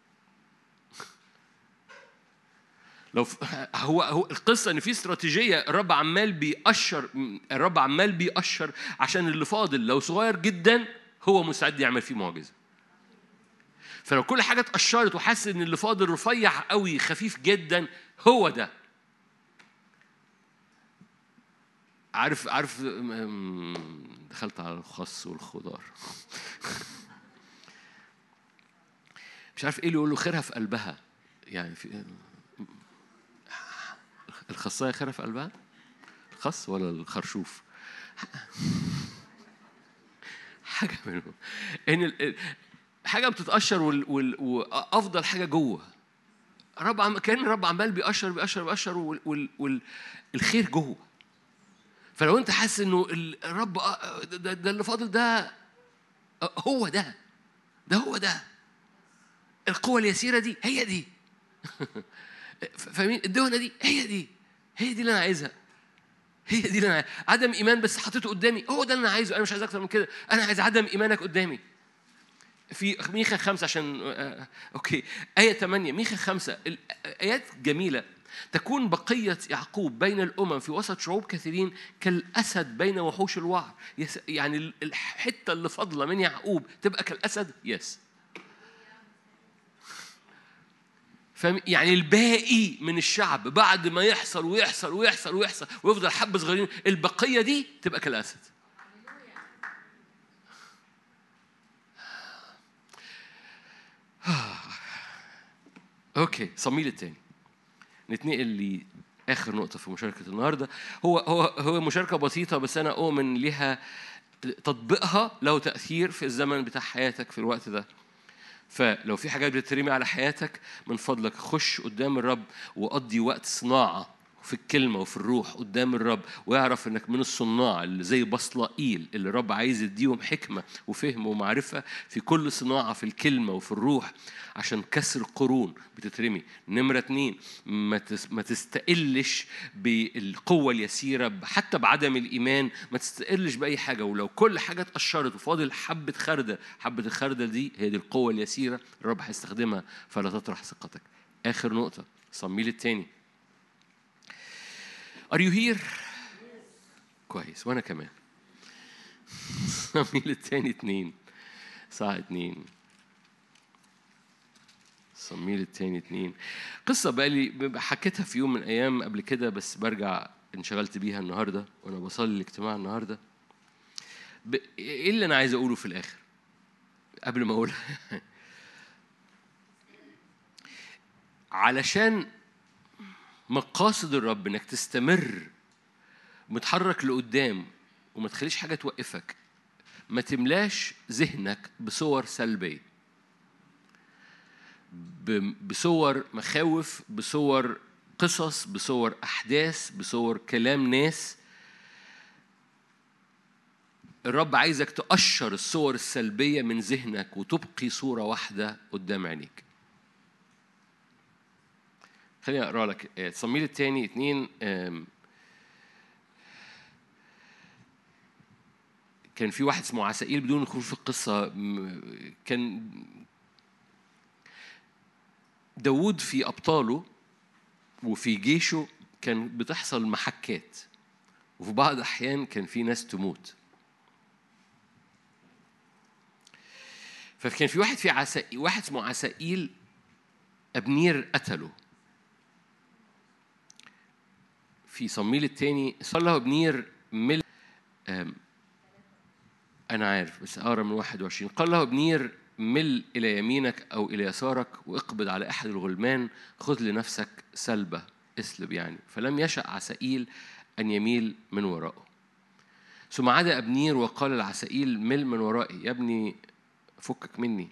لو هو هو القصة إن في استراتيجية، الرب عمال بيأشر، الرب عمال بيأشر عشان اللي فاضل لو صغير جدا هو مستعد يعمل فيه معجزة. فلو كل حاجة اتأشرت وحاسس إن اللي فاضل رفيع قوي خفيف جدا، هو ده. عارف عارف دخلت على الخس والخضار. مش عارف إيه اللي يقول له خيرها في قلبها. يعني في الخصاية خيرها في قلبها، الخص ولا الخرشوف؟ حاجة منهم. إن حاجة بتتأشر وال... وال... وأفضل حاجة جوه. الرب عم... كان الرب عمال بيأشر بيأشر بيأشر وال... وال... وال... الخير جوه. فلو أنت حاسس إنه الرب ده, ده اللي فاضل ده هو ده ده هو ده القوة اليسيرة دي، هي دي. فاهمين؟ الدهنة دي هي دي هي دي اللي أنا عايزها، هي دي اللي أنا عدم إيمان بس حطيته قدامي، هو ده اللي أنا عايزه. أنا مش عايز أكتر من كده، أنا عايز عدم إيمانك قدامي. في ميخا خمسة عشان آه أوكي آية ثمانية، ميخا خمسة، الآيات جميلة. تكون بقية يعقوب بين الأمم في وسط شعوب كثيرين كالأسد بين وحوش الوعر. يعني الحتة اللي فاضلة من يعقوب تبقى كالأسد. يس فاهم؟ يعني الباقي من الشعب بعد ما يحصل ويحصل ويحصل ويحصل ويفضل حبة صغيرين، البقية دي تبقى كالأسد. أوكي، صميل التاني. نتنقل لآخر نقطة في مشاركة النهاردة. هو هو هو مشاركة بسيطة، بس أنا أؤمن لها تطبيقها له تأثير في الزمن بتاع حياتك في الوقت ده. فلو في حاجات بتترمي على حياتك، من فضلك خش قدام الرب وقضي وقت صناعة في الكلمة وفي الروح قدام الرب، ويعرف انك من الصناع اللي زي بصلائيل اللي الرب عايز يديهم حكمة وفهم ومعرفة في كل صناعة في الكلمة وفي الروح عشان كسر قرون بتترمي. نمرة اتنين، ما تستقلش بالقوة اليسيرة حتى بعدم الإيمان، ما تستقلش بأي حاجة. ولو كل حاجة اتقشرت وفاضل حبة خردة، حبة الخردة دي هي دي القوة اليسيرة الرب هيستخدمها، فلا تطرح ثقتك. آخر نقطة، صميل التاني. Are you here؟ كويس، وأنا كمان. صميل التاني اتنين، ساعة اتنين. صميل التاني اتنين. قصة بقالي حكيتها في يوم من أيام قبل كده، بس برجع انشغلت بيها النهاردة وأنا بصلي الاجتماع النهاردة. ب... ايه اللي انا عايز اقوله في الاخر قبل ما اقول؟ علشان مقاصد الرب انك تستمر متحرك لقدام وما تخليش حاجه توقفك، ما تملاش ذهنك بصور سلبيه، بصور مخاوف، بصور قصص، بصور احداث، بصور كلام ناس. الرب عايزك تقشر الصور السلبيه من ذهنك وتبقي صوره واحده قدام عينيك. خليني اقرا لك صمويل الثاني اتنين. كان في واحد اسمه عسائيل، بدون دخول في القصه. كان داود في ابطاله وفي جيشه كان بتحصل محكات، وفي بعض الاحيان كان في ناس تموت. فكان في واحد في عسائيل، واحد اسمه عسائيل أبنير قتله. في صمويل الثاني صار له أبنير مل أنا عارف بس أقرأ من واحد وعشرين. قال له أبنير مل إلى يمينك أو إلى يسارك واقبض على أحد الغلمان، خذ لنفسك سلبة، اسلب يعني. فلم يشأ عسائيل أن يميل من وراءه. ثم عاد أبنير وقال لعسائيل مل من ورائي. يا ابني فكك مني،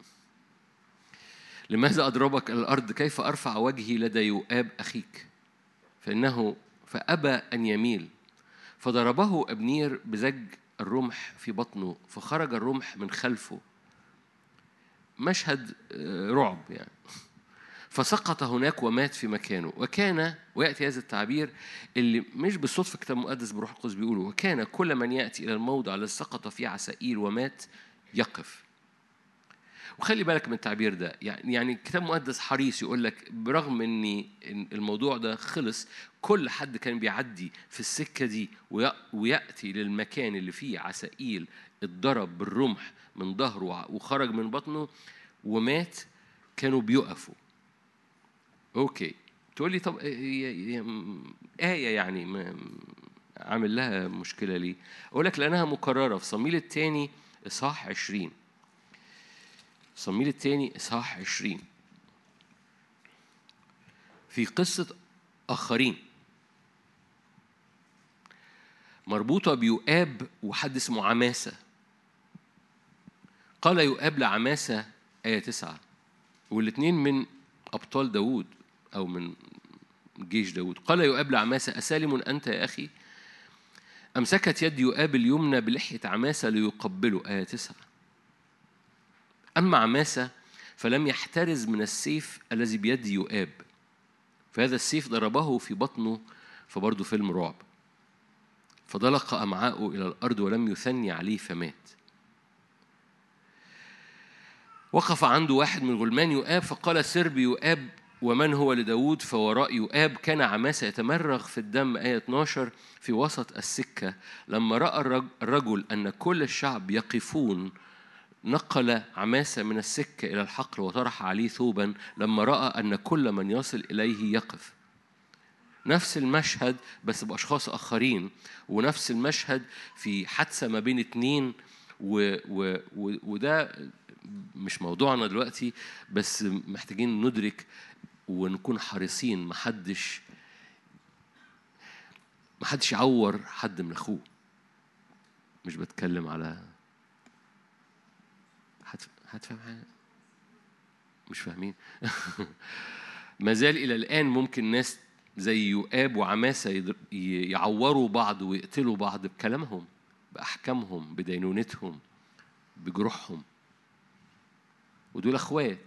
لماذا أضربك إلى الأرض؟ كيف أرفع وجهي لدى يؤاب أخيك؟ فإنه فأبى أن يميل، فضربه أبنير بزج الرمح في بطنه، فخرج الرمح من خلفه. مشهد رعب يعني. فسقط هناك ومات في مكانه. وكان، ويأتي هذا التعبير اللي مش بالصدفة كتاب مقدس بروح القدس بيقوله، وكان كل من يأتي إلى الموضع الذي سقط فيه عسائيل ومات يقف. وخلي بالك من التعبير ده، يعني يعني الكتاب المقدس حريص يقول لك برغم ان الموضوع ده خلص، كل حد كان بيعدي في السكه دي وياتي للمكان اللي فيه عسائيل اتضرب بالرمح من ظهره وخرج من بطنه ومات، كانوا بيقفوا. اوكي، تقول لي طب آية يعني عامل لها مشكلة ليه؟ أقول لك لأنها مكررة في صمويل الثاني إصحاح عشرين. صمويل الثاني إصحاح عشرين في قصة آخرين مربوطة بيؤاب وحد اسمه عماسة. قال يؤاب لعماسة آية تسعة، والاثنين من أبطال داود أو من جيش داود. قال يؤاب لعماسة أسالم أنت يا أخي؟ أمسكت يد يؤاب اليمنى بلحية عماسة ليقبله. آية تسعة. أما عماسة فلم يحترز من السيف الذي بيد يؤاب، فهذا السيف ضربه في بطنه، فبرضه فيلم رعب. فضلق أمعاءه إلى الأرض ولم يثني عليه فمات. وقف عنده واحد من غلمان يؤاب فقال سر بيؤاب ومن هو لداود فوراء يؤاب. كان عماسة يتمرغ في الدم. آية اثناشر في وسط السكة لما رأى الرجل أن كل الشعب يقفون، نقل عماسة من السكة إلى الحقل وطرح عليه ثوبا لما رأى أن كل من يصل إليه يقف. نفس المشهد بس بأشخاص آخرين، ونفس المشهد في حادثة ما بين اتنين و و و وده مش موضوعنا دلوقتي، بس محتاجين ندرك ونكون حريصين محدش محدش يعور حد من أخوه. مش بتكلم على هتفهم حاجة؟ مش فاهمين؟ ما زال إلى الآن ممكن ناس زي يؤاب وعماسة يعوروا بعض ويقتلوا بعض بكلامهم، بأحكامهم، بدينونتهم، بجروحهم، ودول أخوات.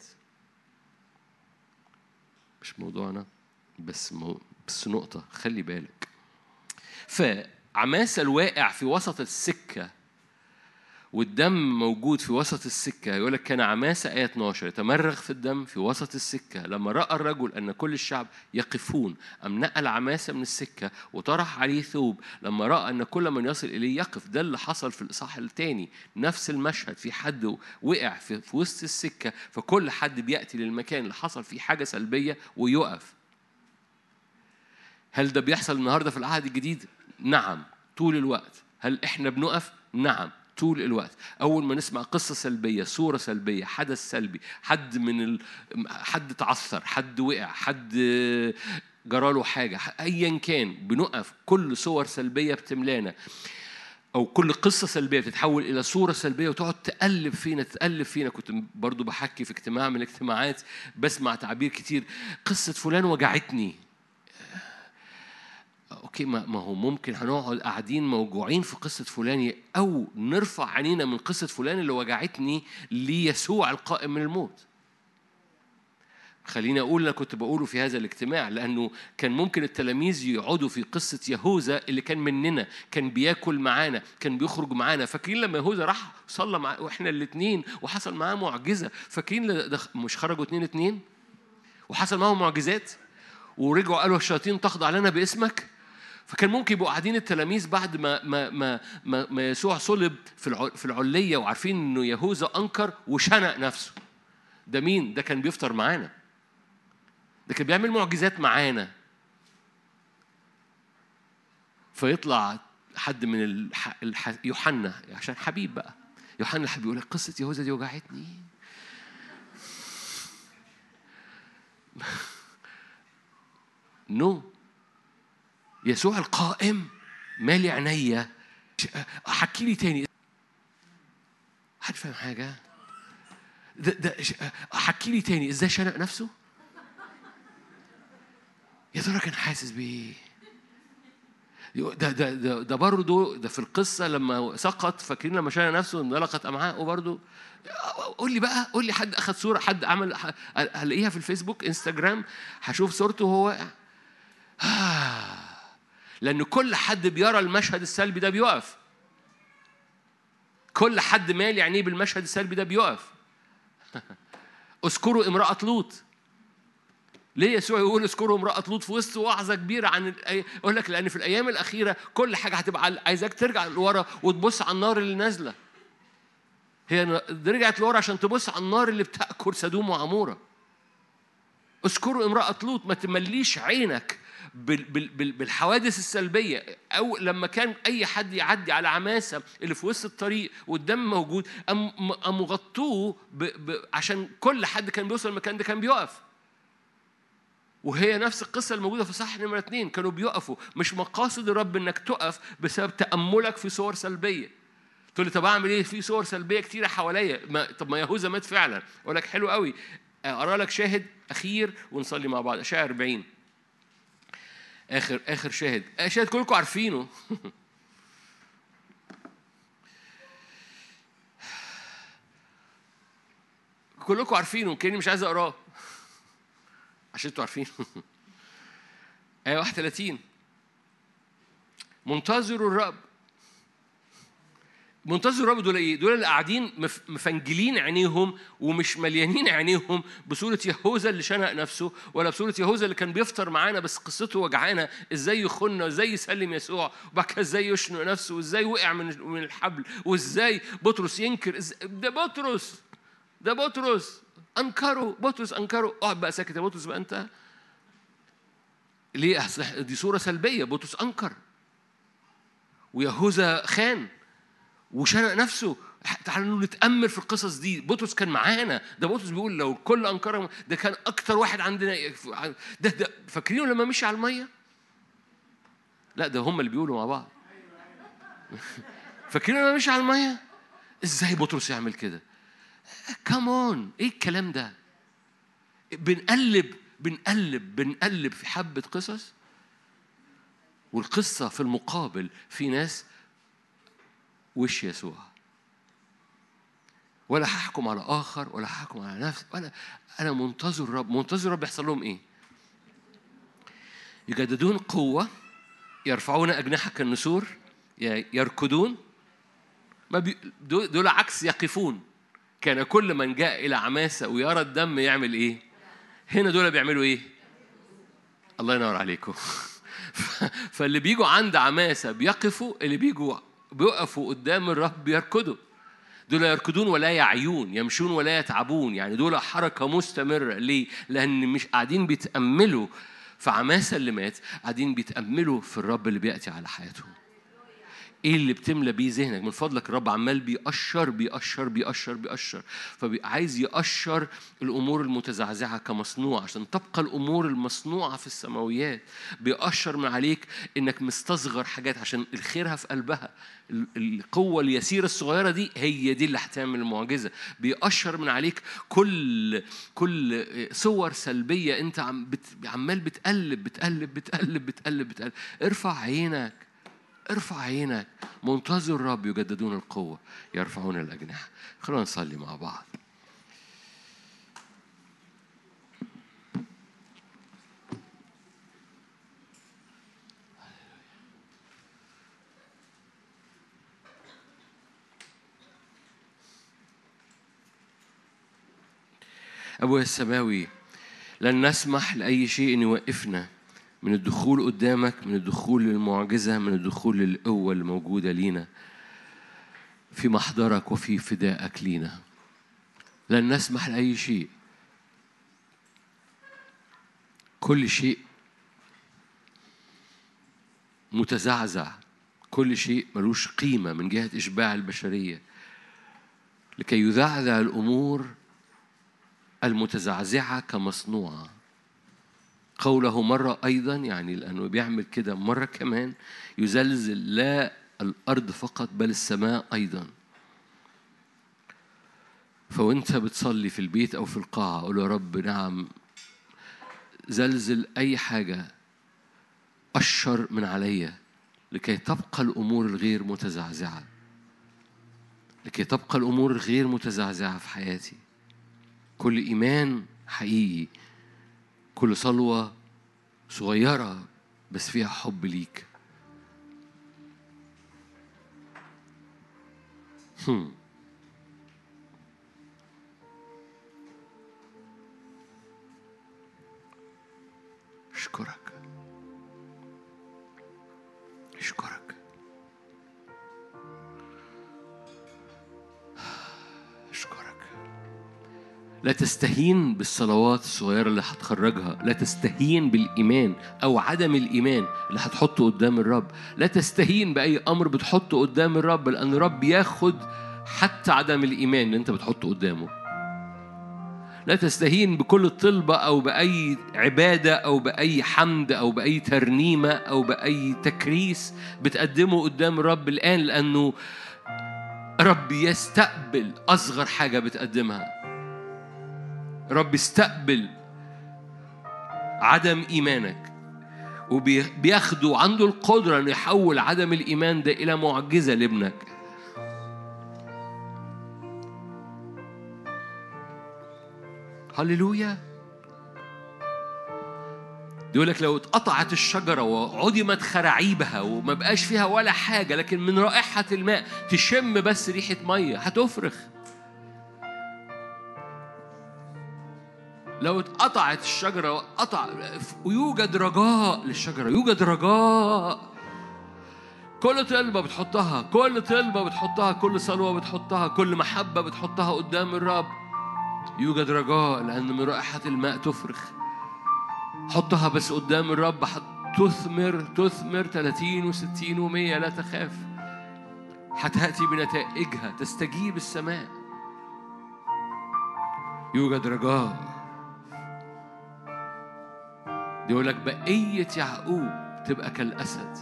مش موضوعنا، بس مو بس نقطة خلي بالك. فعماسة الواقع في وسط السكة والدم موجود في وسط السكة، يقول لك كان عماسة آية اثناشر يتمرغ في الدم في وسط السكة لما رأى الرجل أن كل الشعب يقفون، أم نقل عماسة من السكة وطرح عليه ثوب لما رأى أن كل من يصل إليه يقف. ده اللي حصل في الإصحاح الثاني، نفس المشهد. في حد وقع في, في وسط السكة، فكل حد بيأتي للمكان اللي حصل فيه حاجة سلبية ويقف. هل ده بيحصل النهاردة في العهد الجديد؟ نعم، طول الوقت. هل إحنا بنقف؟ نعم طول الوقت. أول ما نسمع قصة سلبية، صورة سلبية، حدث سلبي، حد من ال... حد تعثر، حد وقع، حد جراله حاجة، أيا كان، بنقف. كل صور سلبية بتملانا، أو كل قصة سلبية بتتحول إلى صورة سلبية وتقعد تقلب فينا تقلب فينا. كنت برضو بحكي في اجتماع من الاجتماعات، بسمع تعبير كتير، قصة فلان وجعتني. أوكي، ما ما هو ممكن هنقعد قاعدين موجوعين في قصة فلان، أو نرفع عينينا من قصة فلان اللي وجعتني ليسوع القائم من الموت. خليني أقول اللي كنت بقوله في هذا الاجتماع، لأنه كان ممكن التلاميذ يقعدوا في قصة يهوذا اللي كان مننا، كان بياكل معانا، كان بيخرج معانا. فاكرين لما يهوذا راح صلى مع وإحنا الاثنين وحصل معاه معجزة؟ فاكرين مش خرجوا اتنين اتنين وحصل معاهم معجزات ورجعوا قالوا الشياطين تخضع لنا باسمك؟ فكان ممكن يبقوا قاعدين التلاميذ بعد ما ما ما ما, ما يسوع صلب في في العلية، وعارفين إنه يهوذا أنكر وشنق نفسه. ده مين؟ ده كان بيفطر معانا، ده كان بيعمل معجزات معانا. فيطلع حد من الح... الح... يوحنا، عشان حبيب بقى، يوحنا الحبيب يقول لك قصة يهوذا دي وجعتني. نو no. يسوع القائم مالي عينيا. حكي لي تاني، حد فاهم حاجة؟ ده ده حكي لي تاني، ازاي شنق نفسه؟ يا ترى كان حاسس بيه؟ ده ده ده ده برضه ده في القصة لما سقط، فاكرين لما شنق نفسه انطلقت أمعاءه برضه. قول لي بقى، قول لي حد أخذ صورة، حد عمل، هلاقيها في الفيسبوك انستجرام، هشوف صورته وهو واقع. لأن كل حد بيرى المشهد السلبي ده بيقف. كل حد مالي عينيه بالمشهد السلبي ده بيقف. اذكروا امرأة لوط. ليه يسوع يقول اذكروا امرأة لوط في وسط وعظة كبيرة عن الأي... أقول لك لأن في الأيام الأخيرة كل حاجة هتبقى عايزاك ترجع لورا وتبص على النار اللي نازلة. هي رجعت لورا عشان تبص على النار اللي بتأكل سدوم وعمورة. اذكروا امرأة لوط. ما تمليش عينك بالحوادث السلبية، أو لما كان أي حد يعدي على عماسة اللي في وسط الطريق والدم موجود أم غطوه عشان كل حد كان بيوصل المكان ده كان بيقف. وهي نفس القصة الموجودة في صح نمرة اتنين، كانوا بيقفوا. مش مقاصد الرب إنك تقف بسبب تأملك في صور سلبية. تقول لي طب أعمل إيه في صور سلبية كتيرة حواليا؟ طب ما يهوذا مات فعلا. أقول لك حلو قوي، أقرأ لك شاهد أخير ونصلي مع بعض. أشعياء أربعين، آخر آخر شاهد، شاهد كلكم عارفينه. كلكم عارفينه، كأني مش عايز أقراه عشان انتوا عارفين. آية واحد وثلاثين، منتظروا الرب. منتظروا الرب دول ايه؟ دول اللي قاعدين مفنجلين عينيهم ومش مليانين عينيهم بصورة يهوذا اللي شنق نفسه، ولا بصورة يهوذا اللي كان بيفطر معانا بس قصته وجعانا، ازاي يخوننا وازاي يسلم يسوع وبعد كده ازاي يشنق نفسه وازاي وقع من من الحبل وازاي بطرس ينكر. ده بطرس، ده بطرس انكره، بطرس انكره. اقعد بقى ساكت يا بطرس بقى انت. ليه؟ دي صورة سلبية. بطرس انكر ويهوذا خان وشنق نفسه. تعالوا نتأمل في القصص دي. بطرس كان معانا. ده بطرس بيقول لو الكل أنكره، ده كان أكتر واحد عندنا. ده ده فاكرينه لما مشي على المية؟ لا ده هم اللي بيقولوا مع بعض. فاكرينه لما مشي على المية؟ إزاي بطرس يعمل كده؟ كامون، إيه الكلام ده؟ بنقلب بنقلب بنقلب في حبة قصص، والقصة في المقابل في ناس وش يسوع. ولا هحكم على آخر ولا هحكم على نفسي، ولا أنا منتظر الرب. منتظر الرب يحصل لهم إيه؟ يجددون قوة، يرفعون أجنحة كالنسور، يركضون. ما بي... دول عكس يقفون. كان كل من جاء إلى عماسة ويرى الدم يعمل إيه؟ هنا دول بيعملوا إيه؟ الله ينور عليكم. فاللي بيجوا عند عماسة بيقفوا، اللي بيجوا بيقفوا قدام الرب بيركضوا. دول يركضون ولا يعيون، يمشون ولا يتعبون. يعني دول حركة مستمرة. ليه؟ لأن مش قاعدين بيتأملوا في عماسة اللي مات، قاعدين بيتأملوا في الرب اللي بيأتي على حياتهم. ايه اللي بتملى بيه ذهنك؟ من فضلك الرب عمال بيقشر بيقشر بيقشر بيقشر، فعايز يقشر الامور المتزعزعه كمصنوع عشان تبقى الامور المصنوعه في السماويات. بيقشر من عليك انك مستصغر حاجات عشان الخيرها في قلبها. القوه اليسيره الصغيره دي هي دي اللي هتعمل المعجزه. بيقشر من عليك كل كل صور سلبيه انت عم بت عمال بتقلب بتقلب بتقلب بتقلب بتقلب. ارفع عينك، ارفع عينك. منتظر الرب يجددون القوة، يرفعون الأجنحة. خلونا نصلي مع بعض. أبويا السماوي، لن نسمح لأي شيء أن يوقفنا من الدخول قدامك، من الدخول للمعجزة، من الدخول للقوة اللي موجودة لينا في محضرك وفي فدائك لينا. لن نسمح لأي شيء. كل شيء متزعزع، كل شيء ملوش قيمة من جهة إشباع البشرية، لكي يذعزع الأمور المتزعزعة كمصنوعة. قوله مرة أيضا، يعني لأنه بيعمل كده مرة كمان، يزلزل لا الأرض فقط بل السماء أيضا. فوانت بتصلي في البيت أو في القاعة قول يا رب نعم، زلزل أي حاجة أشر من عليا لكي تبقى الأمور الغير متزعزعة، لكي تبقى الأمور الغير متزعزعة في حياتي. كل إيمان حقيقي، كل صلوة صغيرة بس فيها حب ليك. هم. أشكرك أشكرك أشكرك. لا تستهين بالصلوات الصغيرة اللي هتخرجها، لا تستهين بالإيمان أو عدم الإيمان اللي هتحطه قدام الرب. لا تستهين بأي أمر بتحطه قدام الرب، لأن الرب ياخد حتى عدم الإيمان اللي أنت بتحطه قدامه. لا تستهين بكل طلبة أو بأي عبادة أو بأي حمد أو بأي ترنيمة أو بأي تكريس بتقدمه قدام الرب الآن، لأنه رب يستقبل أصغر حاجة بتقدمها. رب يستقبل عدم إيمانك وبياخده، عنده القدرة أن يحول عدم الإيمان ده إلى معجزة لابنك. هللويا. يقول لك لو اتقطعت الشجرة وعدمت خراعيبها وما بقاش فيها ولا حاجة، لكن من رائحة الماء تشم بس ريحة مية هتفرخ. لو اتقطعت الشجرة وقطع، ويوجد رجاء للشجرة، يوجد رجاء. كل طلبة بتحطها، كل طلبة بتحطها، كل صلوة بتحطها، كل محبة بتحطها قدام الرب، يوجد رجاء، لأن من رائحة الماء تفرخ. حطها بس قدام الرب، تثمر تثمر ثلاثين وستين ومية. لا تخاف، هتأتي بنتائجها، تستجيب السماء. يوجد رجاء. يقول لك بقية يعقوب تبقى كالأسد.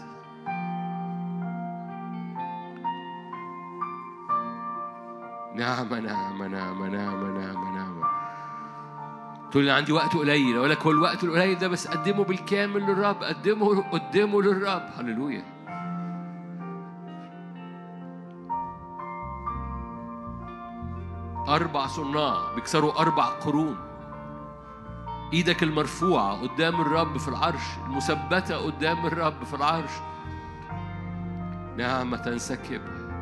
نعم نعم نعم نعم نعم نعم. تقول لي عندي وقت قليل، أقول لك هو الوقت القليل ده بس قدمه بالكامل للرب، قدمه قدمه للرب. هللويا. أربع صناع بيكسروا أربع قرون. إيدك المرفوعة قدام الرب في العرش، المثبتة قدام الرب في العرش، نعمة تنسكب.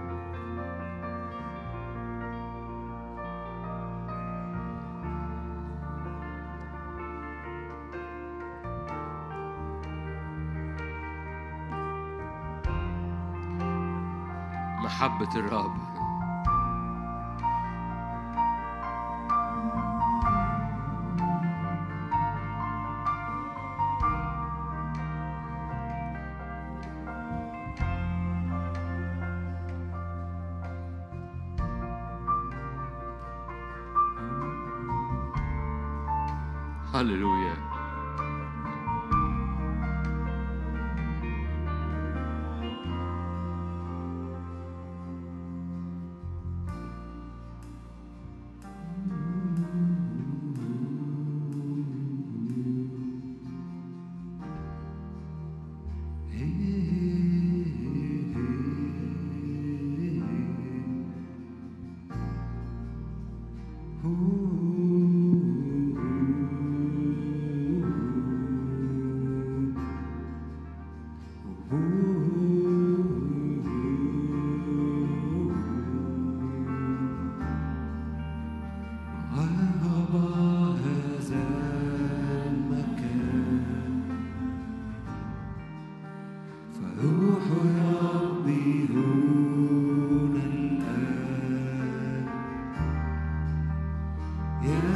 محبة الرب. هللويا. Yeah.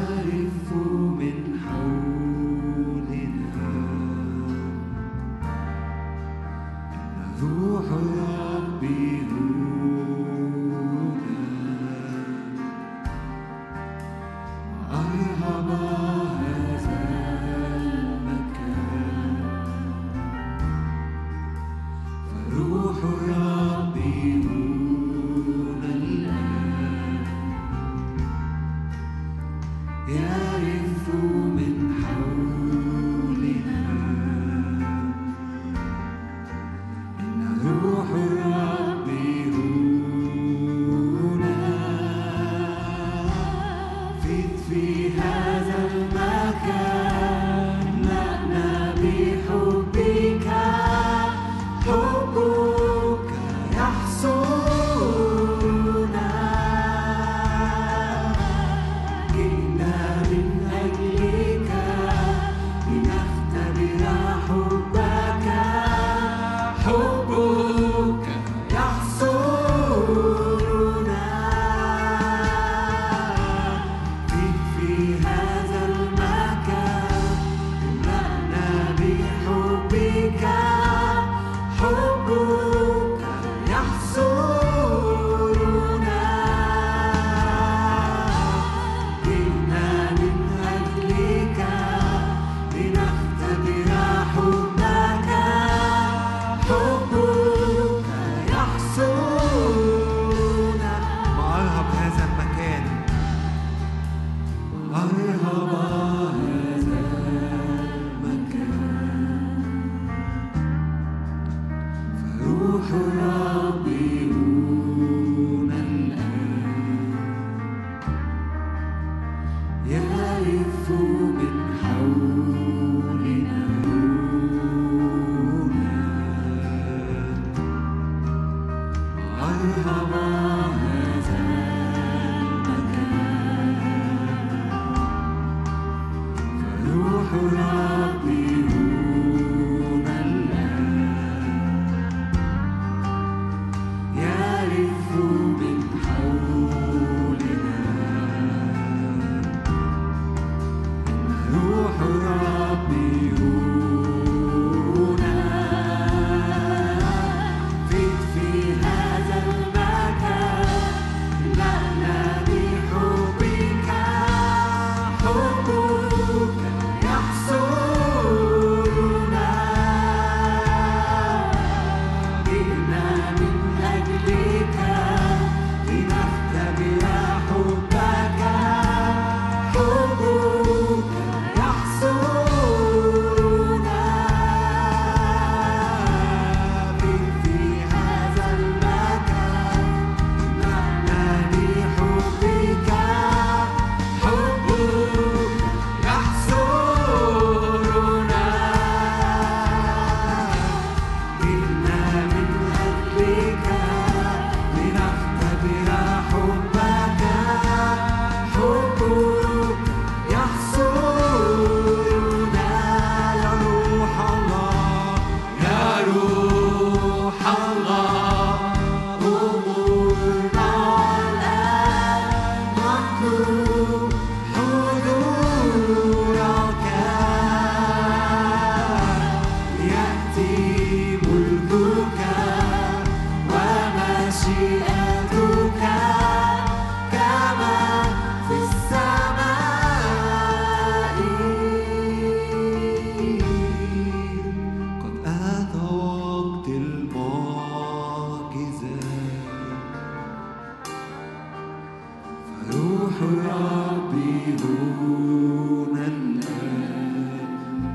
ربي هنا الآن،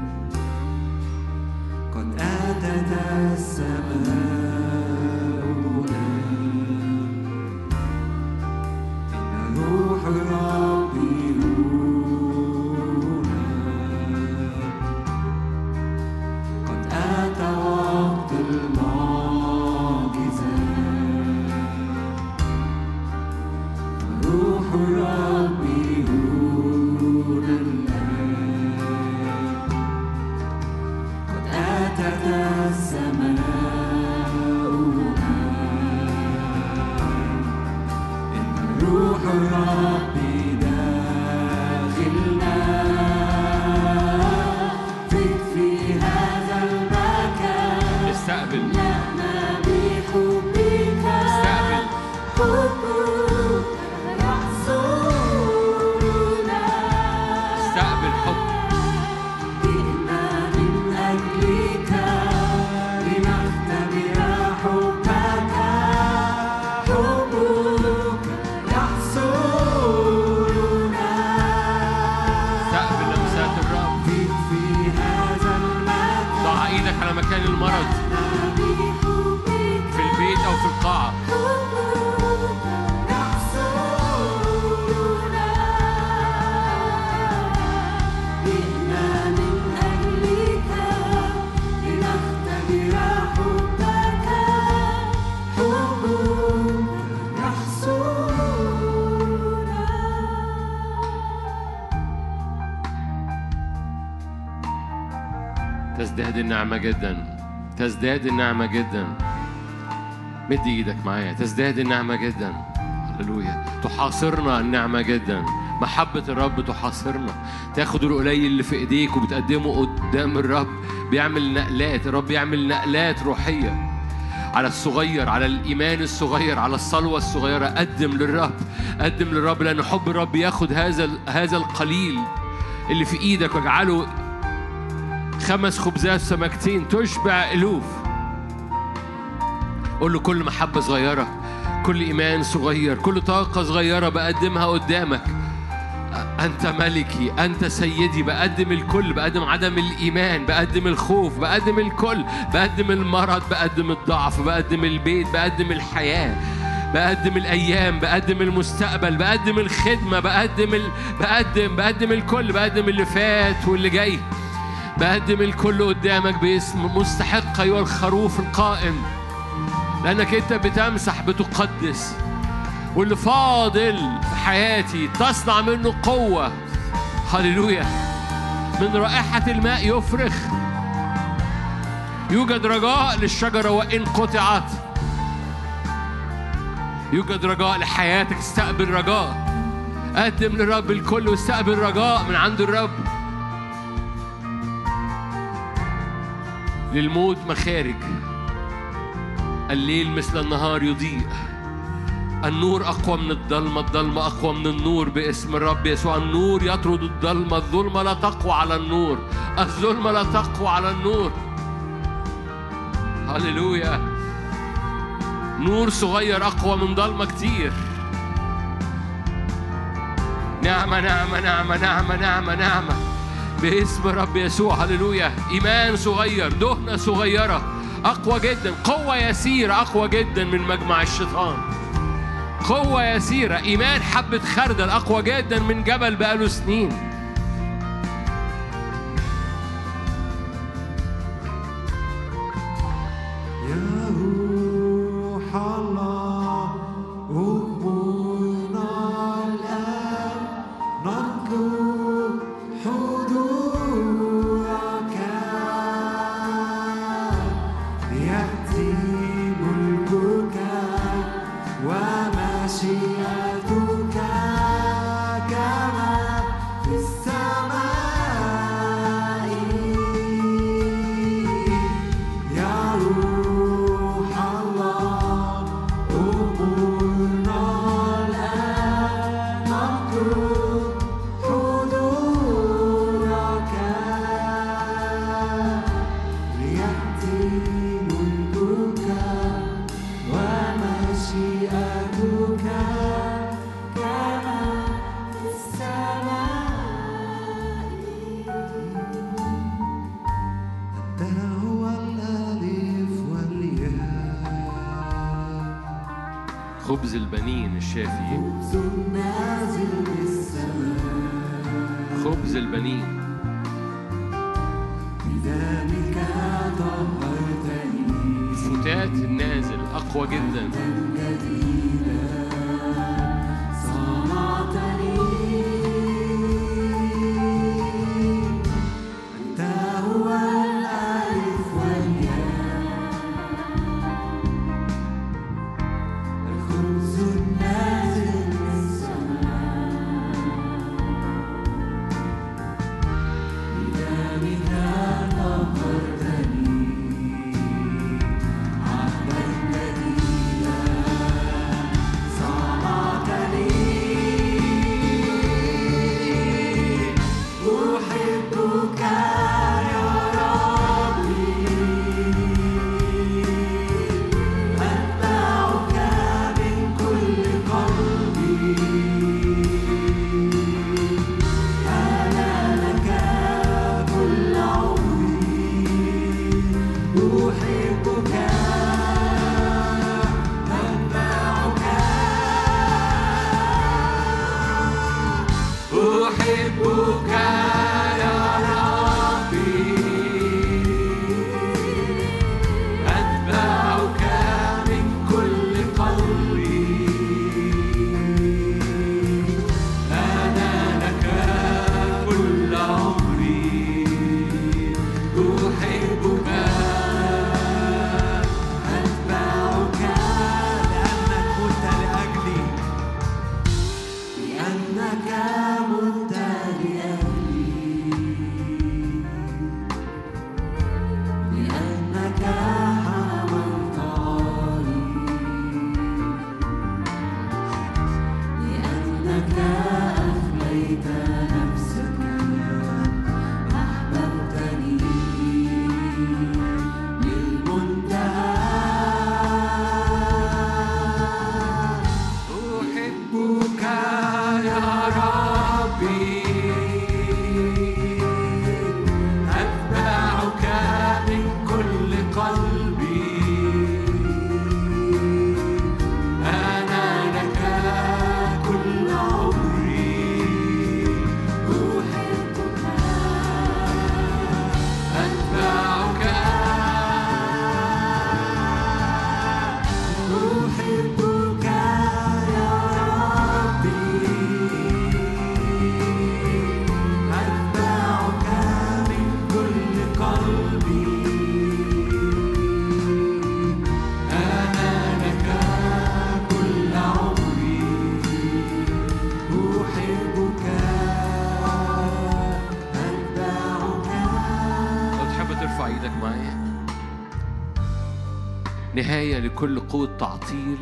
قد أتت السماء روح ربي هنا، قد أتى وقت المعجزة، روح ربي هنا الآن، قد أتت السماء، إن روح ربي داخلنا، في هذا المكان استقبل لنا بحبك، استقبل حبك يحصرنا، استقبل حب جئنا من أجلك لنختبر حبك، حبك يحصرنا، استقبل لمسات الرب. في هذا المكان ضع ايدك على مكان المرض في البيت او في القاعة. تزداد النعمة جدا، تزداد النعمة جدا. مد ايدك معايا. تزداد النعمة جدا. هللويا. تحاصرنا النعمة جدا. محبة الرب تحاصرنا. تاخد القليل اللي في ايديك وبتقدمه قدام الرب. بيعمل نقلات. الرب بيعمل نقلات روحية على الصغير، على الإيمان الصغير، على الصلوة الصغيرة. قدم للرب، قدم للرب، لأن حب الرب ياخد هذا هذا القليل اللي في ايدك واجعله خمس خبزات سمكتين تشبع ألوف. قول له كل محبة صغيرة، كل إيمان صغير، كل طاقة صغيرة بقدمها قدامك. أنت ملكي، أنت سيدي. بقدم الكل، بقدم عدم الإيمان، بقدم الخوف، بقدم الكل، بقدم المرض، بقدم الضعف، بقدم البيت، بقدم الحياة، بقدم الأيام، بقدم المستقبل، بقدم الخدمة، بقدم ال... بقدم بقدم الكل، بقدم اللي فات واللي جاي. بقدم الكل قدامك باسم مستحق أيها الخروف القائم، لأنك أنت بتمسح، بتقدس. واللي فاضل في حياتي تصنع منه قوة. هللويا. من رائحة الماء يفرخ. يوجد رجاء للشجرة وإن قطعت. يوجد رجاء لحياتك. استقبل رجاء. قدم للرب الكل واستقبل رجاء من عند الرب. للموت مخارج. الليل مثل النهار يضيء. النور أقوى من الظلمة، الظلمة أقوى من النور باسم الرب يسوع. النور يطرد الظلمة، الظلمة لا تقوى على النور، الظلمة لا تقوى على النور. هللويا. نور صغير أقوى من ظلمة كتير. نعمة نعمة نعمة نعمة نعمة نعمة باسم الرب يسوع. هللويا. إيمان صغير، دهنة صغيرة أقوى جدا. قوة يسيرة أقوى جدا من مجمع الشيطان. قوة يسيرة. إيمان حبة خردل أقوى جدا من جبل بقاله سنين. يا روح الله أمنا الآن نرجو حضورك يأتي ملكك ومشيئتك كما في خبز البنين الشافي، خبز نازل من السماء، خبز البنين. بدمك طهرتني، فتات النازل أقوى جدا. جديدا صنعتني، أنت هو الألف والياء، الخبز النازل من السماء، بدمك طهرتني، عهدا جديدا صنعتني، أحبك يا ربي، أتبعك من كل قلبي، أنا لك كل عمري، أحبك أتبعك، أحبك يا ربي، أتبعك من كل قلبي، أنا لك كل عمري، أحبك أتبعك، لأنك مت لأجلي، لأنك مت لأجلي، لأنك حملت عاري، لأنك أفنيت نفسك، أحببتني للمنتهى، أحبك يا ربي، أتبعك من كل قلبي، أنا لك كل عمري، أحبك أتبعك، أحبك يا ربي، أتبعك من كل قلبي، أنا لك كل عمري، أحبك أتبعك. لو تحب ترفع ايدك معايا. نهاية لكل قوة تعطيل،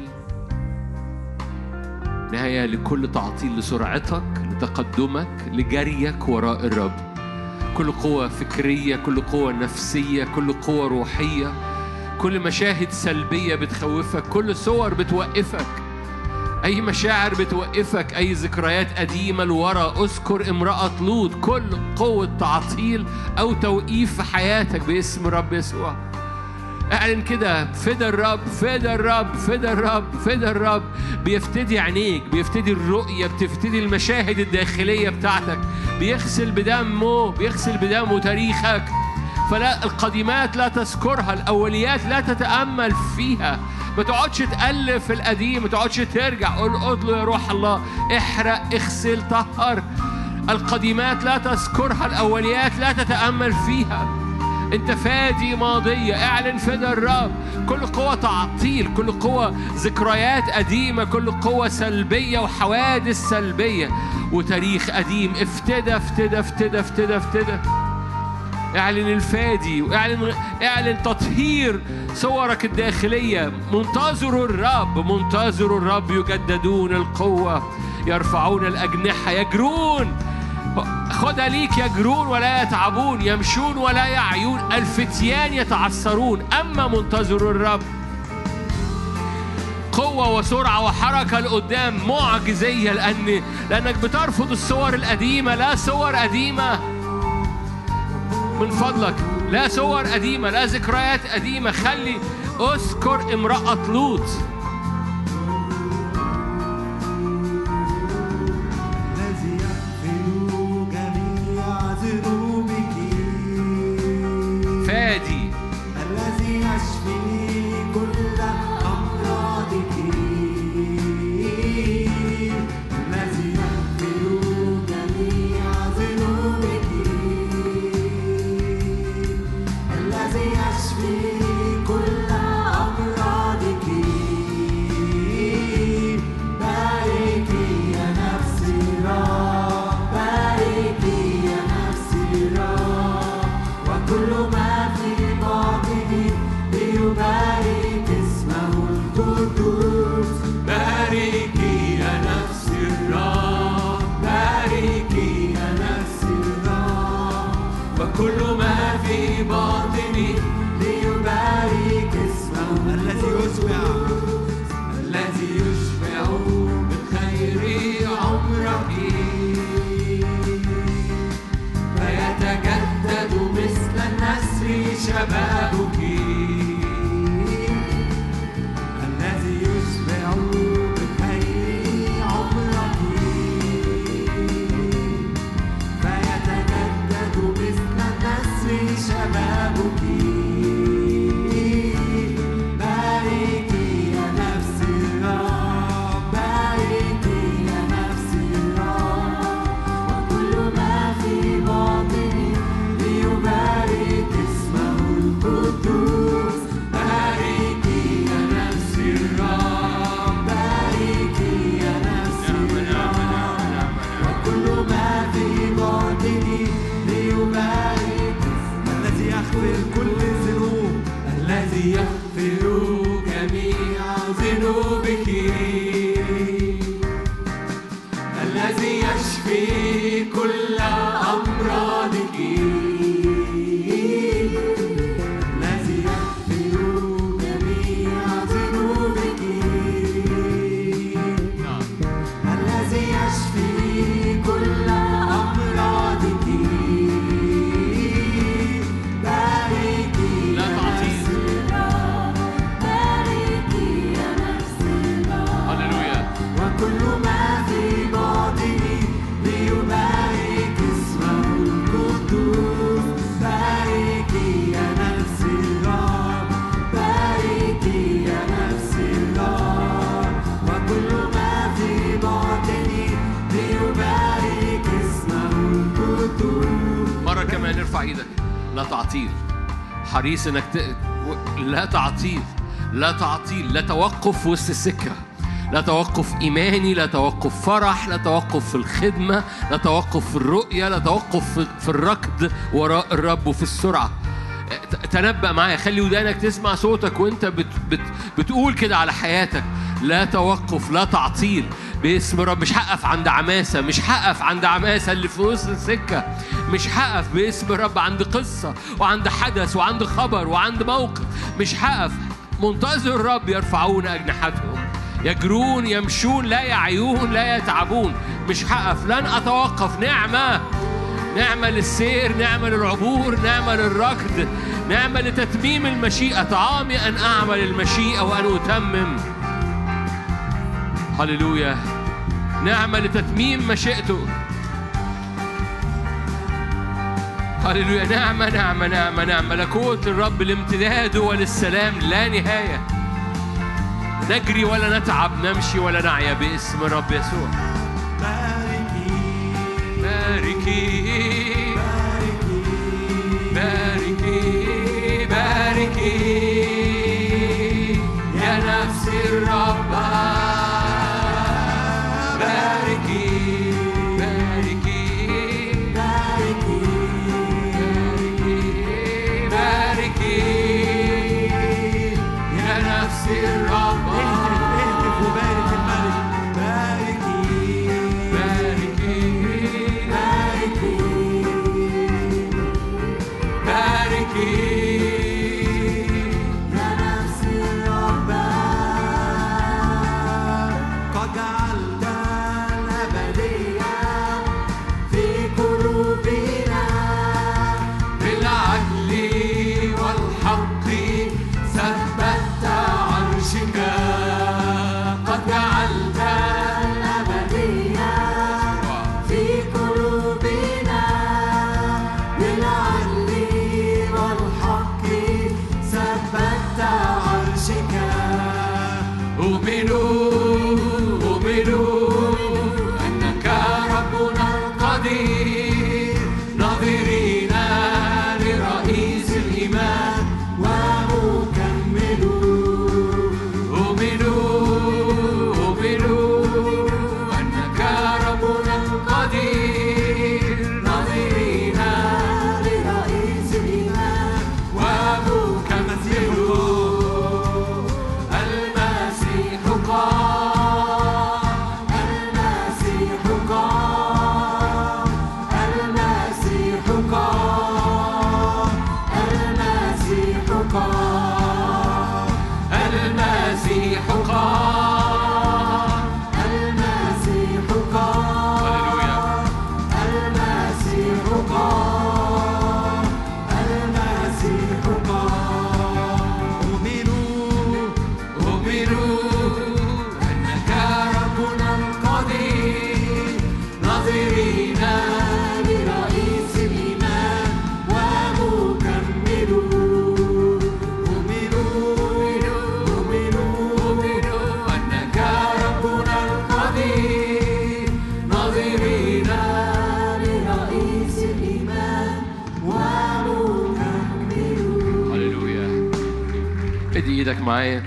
نهاية لكل تعطيل لسرعتك، لتقدمك، لجريك وراء الرب. كل قوة فكرية، كل قوة نفسية، كل قوة روحية، كل مشاهد سلبية بتخوفك، كل صور بتوقفك، أي مشاعر بتوقفك، أي ذكريات قديمة لورا. أذكر امرأة لوط، كل قوة تعطيل أو توقيف في حياتك باسم رب يسوع. اعلن كده، فدى الرب، فدى الرب، فدى الرب، فدى الرب. بيفتدي عينيك، بيفتدي الرؤية، بتفتدي المشاهد الداخلية بتاعتك، بيغسل بدمه، بيغسل بدمه تاريخك. فلا القديمات لا تذكرها، الأوليات لا تتأمل فيها. ما تقعدش تألف في القديم، ما تقعدش ترجع. قول قول له يا روح الله احرق، اغسل، طهر. القديمات لا تذكرها، الأوليات لا تتأمل فيها. انت فادي ماضية. اعلن فدى الرب. كل قوة تعطيل، كل قوة ذكريات قديمة، كل قوة سلبية وحوادث سلبية وتاريخ قديم، افتدى افتدى افتدى افتدى افتدى. اعلن الفادي، واعلن اعلن تطهير صورك الداخلية. منتظر الرب، منتظر الرب يجددون القوة، يرفعون الأجنحة، يجرون. خدها ليك، يجرون ولا يتعبون، يمشون ولا يعيون، الفتيان يتعثرون. أما منتظر الرب قوة وسرعة وحركة لقدام معجزية، لأن لأنك بترفض الصور القديمة. لا صور قديمة من فضلك، لا صور قديمة، لا ذكريات قديمة. خلي اذكر امرأة لوط. شبابك الذي يشبع بخير عمرك فيتجدد مثل نسر شبابك باركي يا نفسي الرب باركي يا نفسي الرب وكل ما في باطني ليبارك اسمه القدوس باركي يا نفسي الرب باركي يا نفسي الرب وكل ما في باطني ليبارك الذي يغفر كل الذنوب الذي يغفر جميع ذنوبك الذي يشفي كل أمراضك الذي يغفر جميع ذنوبك الذي يشفي كل أمراضك باركي لا يا تعطيل. نفسي الرب باركي يا نفسي الرب هللويا. وكل ما في باطني ليبارك اسمه القدوس باركي يا نفسي الرب باركي يا نفسي الرب وكل ما في باطني ليبارك اسمه القدوس مرة كمان ارفع ايدك. لا تعطيل. حريص انك ت... لا تعطيل. لا تعطيل. لا توقف في وسط السكة. لا توقف إيماني، لا توقف فرح، لا توقف في الخدمة، لا توقف في الرؤية، لا توقف في- في الركض وراء الرب وفي السرعة. ت- تنبأ معايا، خلي ودانك تسمع صوتك وانت بت بت بتقول كده على حياتك. لا توقف، لا تعطيل باسم الرب. مش هقف عند عماسة، مش هقف عند عماسة اللي في وسط السكة. مش هقف باسم الرب عند قصة وعند حدث وعند خبر وعند موقف. مش هقف. منتظر الرب يرفعون أجنحتهم، يجرون يمشون لا يعيون لا يتعبون. مش هقف، لن أتوقف. نعمة نعمة للسير، نعمة للعبور، نعمة للركض، نعمة لتتميم المشيئة. طعامي أن أعمل المشيئة وأن أتمم. هللويا. نعمة لتتميم مشيئته. هللويا. نعمة نعمة نعمة نعمة. ملكوت الرب لامتداده وللسلام لا نهاية. نجري ولا نتعب، نمشي ولا نعيا باسم الرب يسوع. باركي باركي باركي باركي يا نفسي الرب. باركي باركي باركي باركي باركي يا نفسي الرب. اهتف وبارك الملك باركي باركي باركي باركي يا نفسي الرب قد جعلت الأبدية في قلوبنا بالعدل والحق ثبت عرشك. قد جعلت الأبدية في قلوبنا بالعدل والحق ثبت عرشك أؤمنوا أؤمنوا أنك ربنا القدير ناظرين لرئيس الإيمان ومكمل أؤمنوا أؤمنوا أنك ربنا القدير ناظرين لرئيس الإيمان ومكمل المسيح قام المسيح قام إيدك معايا.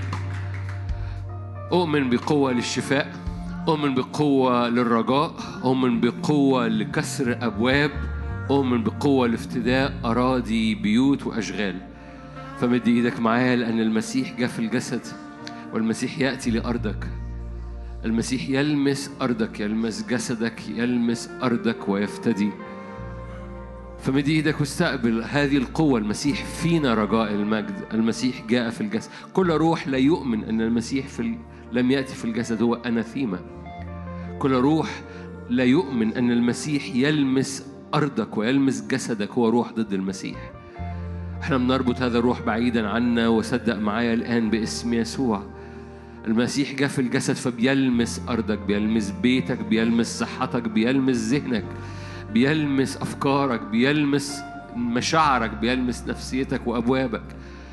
أؤمن بقوة للشفاء، أؤمن بقوة للرجاء، أؤمن بقوة لكسر أبواب، أؤمن بقوة لافتداء أراضي بيوت وأشغال. فمد إيدك معايا لأن المسيح جاء في الجسد، والمسيح يأتي لأرضك. المسيح يلمس أرضك، يلمس جسدك، يلمس أرضك ويفتدي. فمد إيدك واستقبل هذه القوة. المسيح فينا رجاء المجد. المسيح جاء في الجسد. كل روح لا يؤمن أن المسيح في ال... لم يأتي في الجسد هو أناثيما. كل روح لا يؤمن أن المسيح يلمس أرضك ويلمس جسدك هو روح ضد المسيح. احنا بنربط هذا الروح بعيدا عنا، وصدق معايا الآن باسم يسوع. المسيح جاء في الجسد فبيلمس أرضك، بيلمس بيتك، بيلمس صحتك، بيلمس ذهنك، بيلمس أفكارك، بيلمس مشاعرك، بيلمس نفسيتك وأبوابك.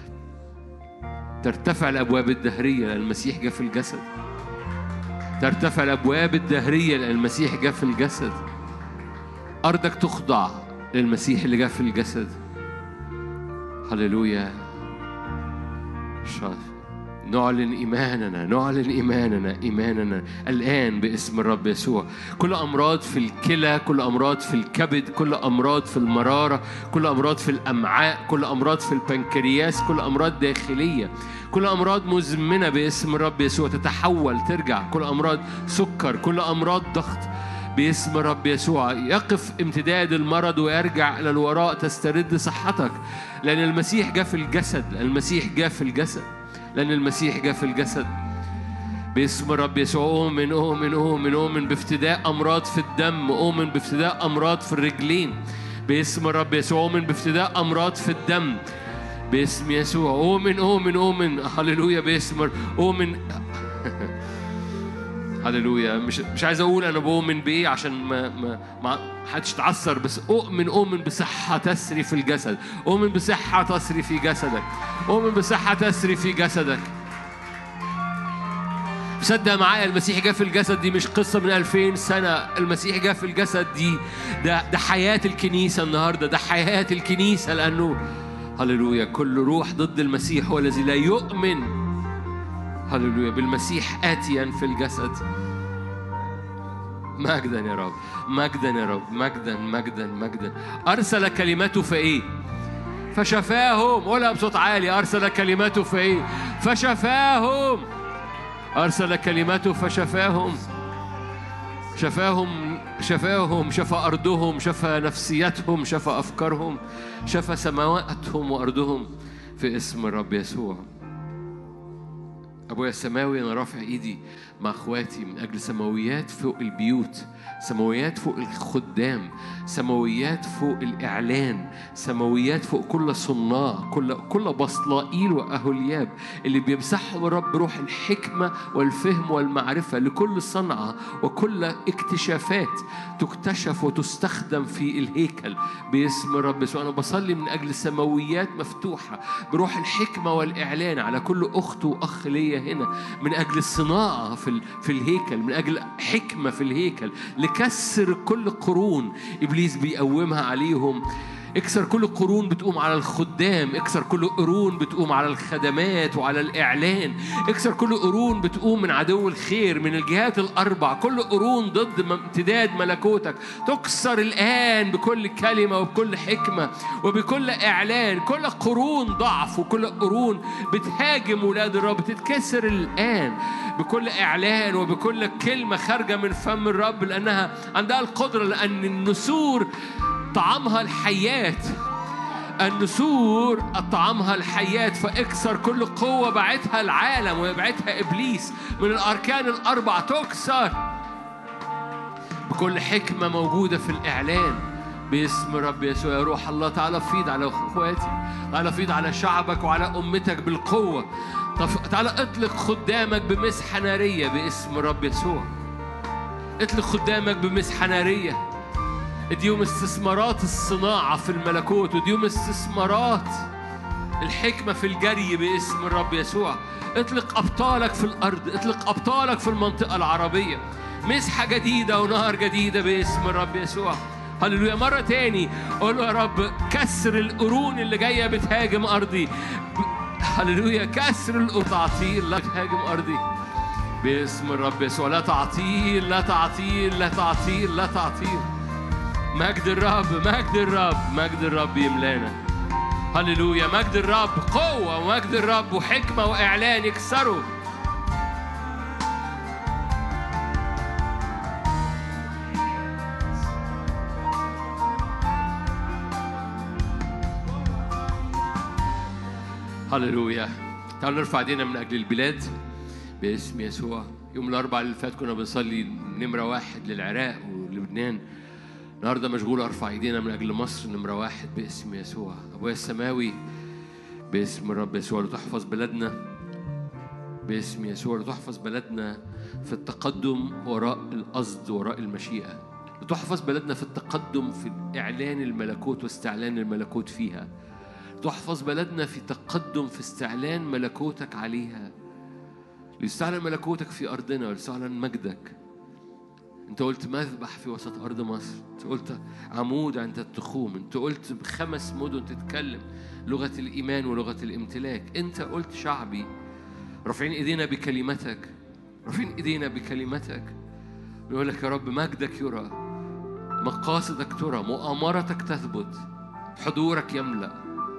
ترتفع الأبواب الدهرية لأن المسيح جاء في الجسد. ترتفع الأبواب الدهرية لأن المسيح جاء في الجسد. أرضك تخضع للمسيح اللي جاء في الجسد. هللويا. شاطر. نعلن إيماننا، نعلن إيماننا، إيماننا الآن باسم الرب يسوع. كل أمراض في الكلى، كل أمراض في الكبد، كل أمراض في المرارة، كل أمراض في الأمعاء، كل أمراض في البنكرياس، كل أمراض داخلية، كل أمراض مزمنة باسم الرب يسوع تتحول ترجع. كل أمراض سكر، كل أمراض ضغط باسم الرب يسوع يقف امتداد المرض ويرجع إلى الوراء، تسترد صحتك لأن المسيح جاء في الجسد. لأن المسيح جاء في الجسد لأن المسيح جاء في الجسد باسم الرب يسوع. أؤمن أؤمن أؤمن أؤمن بافتداء أمراض في الدم، أؤمن بافتداء أمراض في الرجلين باسم الرب يسوع. أؤمن بافتداء أمراض في الدم باسم يسوع. أؤمن أؤمن أؤمن هللويا باسم أؤمن هللويا. مش مش عايز أقول أنا بؤمن بإيه عشان ما ما ما حدش تعثر، بس أؤمن أؤمن بصحة تسري في الجسد. أؤمن بصحة تسري في جسدك. أؤمن بصحة تسري في جسدك. صدق معايا المسيح جاء في الجسد دي مش قصة من ألفين سنة. المسيح جاء في الجسد دي ده ده حياة الكنيسة النهاردة، ده حياة الكنيسة. لأنه هللويا كل روح ضد المسيح هو الذي لا يؤمن هللويا بالمسيح آتيا في الجسد. مجدا يا رب، مجدا يا رب، مجدا مجدا مجدا. أرسل كلمته فإيه؟ فشفاهم. قولها بصوت عالي. أرسل كلمته فإيه؟ فشفاهم. أرسل كلمته فشفاهم. شفاهم شفاهم شفى أرضهم، شفى نفسيتهم، شفى أفكارهم، شفى سماواتهم وأرضهم في اسم الرب يسوع. أبويا السماوي أنا رافع إيدي مع أخواتي من أجل سماويات فوق البيوت، سماويات فوق الخدام، سماويات فوق الإعلان، سماويات فوق كل صناع، كل كل بصلائيل وأهولياب اللي بيمسحهم الرب روح الحكمة والفهم والمعرفة لكل صنعة وكل اكتشافات تكتشف وتستخدم في الهيكل باسم الرب يسوع. أنا بصلي من أجل سماويات مفتوحة بروح الحكمة والإعلان على كل أخت وأخ ليا هنا، من أجل الصناعة في في الهيكل، من أجل حكمة في الهيكل لكسر كل قرون إبليس بيقومها عليهم. اكسر كل قرون بتقوم على الخدام، اكسر كل قرون بتقوم على الخدمات وعلى الإعلان، اكسر كل قرون بتقوم من عدو الخير من الجهات الأربع، كل قرون ضد امتداد ملكوتك تكسر الآن بكل كلمة وبكل حكمة وبكل إعلان. كل قرون ضعف وكل قرون بتهاجم ولاد الرب تتكسر الآن بكل إعلان وبكل كلمة خارجة من فم الرب، لأنها عندها القدرة، لأن النسور طعامها الحيات، النسور طعامها الحيات. فاكسر كل قوة بعتها العالم ويبعتها إبليس من الأركان الأربع، تكسر بكل حكمة موجودة في الإعلان باسم رب يسوع. يا روح الله تعالى فيض على أخواتي، تعالى فيض على شعبك وعلى أمتك بالقوة. تعالى اطلق خدامك بمسحة نارية باسم رب يسوع. اطلق خدامك بمسحة نارية. اديهم استثمارات الصناعة في الملكوت، وديهم استثمارات الحكمة في الجري باسم الرب يسوع. اطلق أبطالك في الأرض، اطلق أبطالك في المنطقة العربية. مسحة جديدة ونهر جديدة باسم الرب يسوع. هللويا. مرة تاني قول له يا رب كسر القرون اللي جاية بتهاجم أرضي. هللويا. كسر التعطيل. لا تهاجم أرضي باسم الرب يسوع. لا تعطيل، لا تعطيل، لا تعطيل، لا تعطيل. مجد الرب، مجد الرب، مجد الرب يملانا. هللويا. مجد الرب قوة، ومجد الرب وحكمة وإعلان يكسروا. هللويا. تعالوا نرفع ايدينا من أجل البلاد باسم يسوع. يوم الأربعاء اللي فات كنا بنصلي نمرة واحد للعراق ولبنان. النهارده مشغول أرفع ايدينا من أجل مصر نمرة واحد باسم يسوع. أبويا السماوي باسم الرب يسوع، لتحفظ بلدنا باسم يسوع، لتحفظ بلدنا في التقدم وراء القصد وراء المشيئة، لتحفظ بلدنا في التقدم في إعلان الملكوت واستعلان الملكوت فيها، تحفظ بلدنا في تقدم في استعلان ملكوتك عليها، ليستعلن ملكوتك في أرضنا وليستعلن مجدك. أنت قلت مذبح في وسط أرض مصر، أنت قلت عمود عند التخوم، أنت قلت بخمس مدن تتكلم لغة الإيمان ولغة الامتلاك، أنت قلت شعبي. رافعين إيدينا بكلمتك، رافعين إيدينا بكلمتك، نقول لك يا رب مجدك يرى، مقاصدك ترى، مؤامرتك تثبت، حضورك يملأ.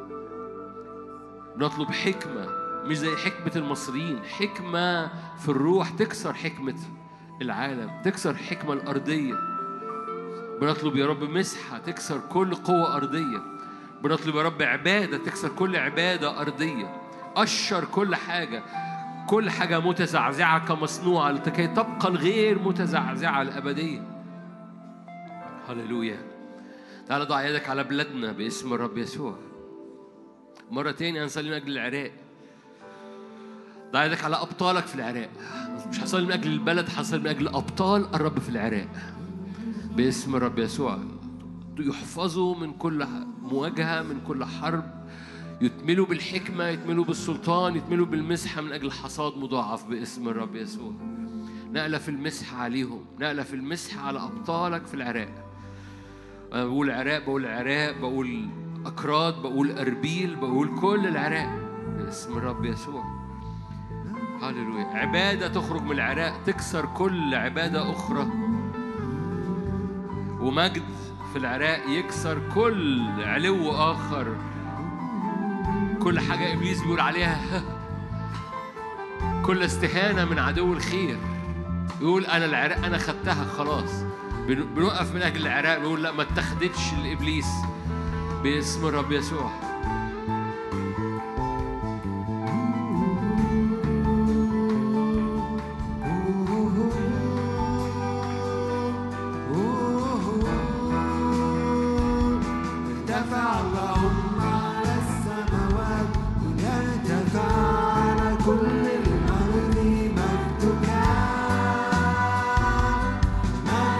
نطلب حكمة مش زي حكمة المصريين، حكمة في الروح تكسر حكمة العالم، تكسر حكمة الأرضية. بنطلب يا رب مسحة تكسر كل قوة أرضية. بنطلب يا رب عبادة تكسر كل عبادة أرضية. أشر كل حاجة، كل حاجة متزعزعة كمصنوعة لكي تبقى الغير متزعزعة الأبدية. هللويا. تعال ضع يدك على بلادنا باسم الرب يسوع. مرة تانية هنصلي من أجل العراق. ضع يدك على أبطالك في العراق. مش هصلي من أجل البلد، هصلي من أجل أبطال الرب في العراق باسم الرب يسوع. يحفظوا من كل مواجهة، من كل حرب، يتملوا بالحكمة، يتملوا بالسلطان، يتملوا بالمسحة من أجل حصاد مضاعف باسم الرب يسوع. نقلة في المسحة عليهم، نقلة في المسحة على أبطالك في العراق. أنا بقول العراق، بقول العراق، بقول أكراد، بقول أربيل، بقول كل العراق باسم الرب يسوع. هاليلويا. عبادة تخرج من العراق تكسر كل عبادة أخرى، ومجد في العراق يكسر كل علو آخر، كل حاجة إبليس بيقول عليها كل استهانة من عدو الخير. يقول أنا العراق أنا خدتها خلاص. بنوقف من أجل العراق بيقول لا، ما اتخدتش الإبليس باسم الرب يسوع. ارتفع اللهم على السماوات، ارتفع على كل الأرض مجدك،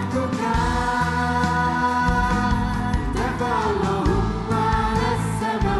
مجدك. ارتفع اللهم على السماوات.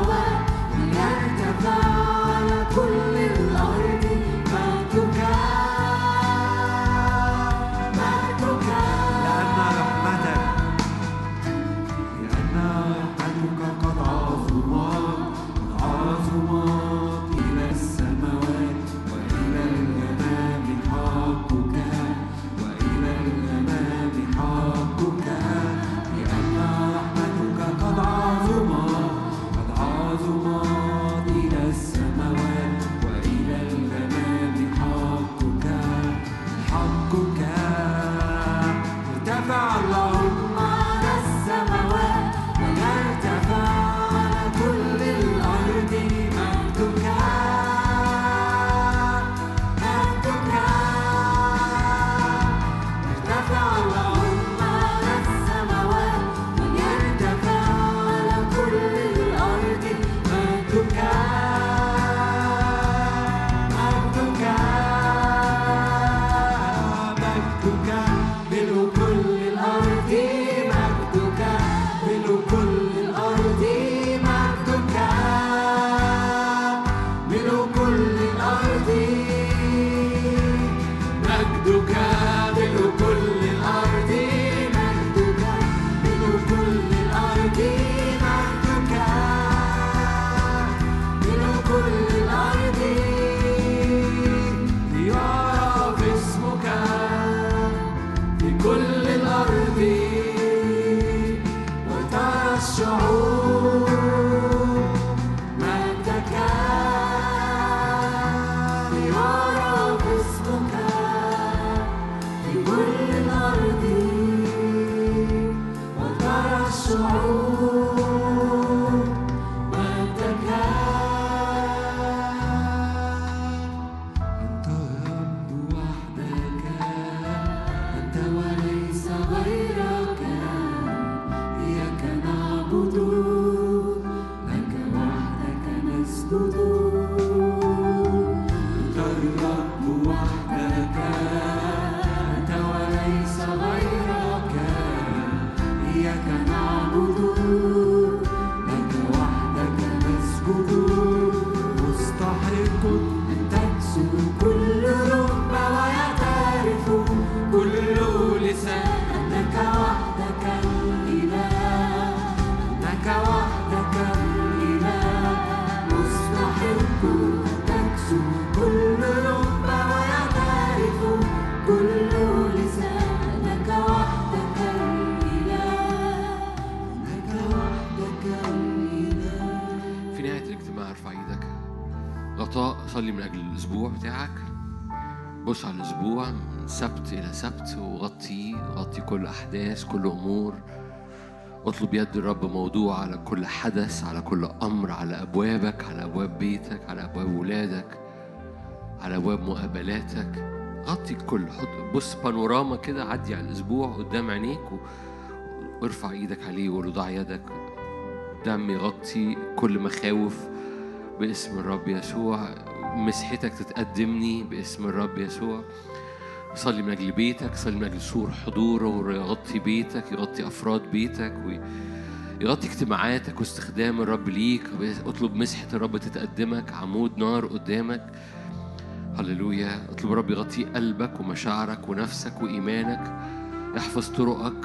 صلي من أجل الأسبوع بتاعك. بص على الأسبوع من سبت إلى سبت وغطي غطي كل أحداث، كل أمور. اطلب يد الرب موضوع على كل حدث، على كل أمر، على أبوابك، على أبواب بيتك، على أبواب ولادك، على أبواب مقابلاتك. غطي الكل. حط بص بانوراما كده، عدي على الأسبوع قدام عينيك و... وارفع إيدك عليه وقول ضع يدك. دم يغطي كل مخاوف باسم الرب يسوع. مسحتك تتقدمني باسم الرب يسوع. صلي من أجل بيتك، صلي من أجل سور حضوره ويغطي بيتك، يغطي أفراد بيتك ويغطي اجتماعاتك واستخدام الرب ليك. اطلب مسحة الرب تتقدمك، عمود نار قدامك. هللويا. اطلب الرب يغطي قلبك ومشاعرك ونفسك وإيمانك، يحفظ طرقك.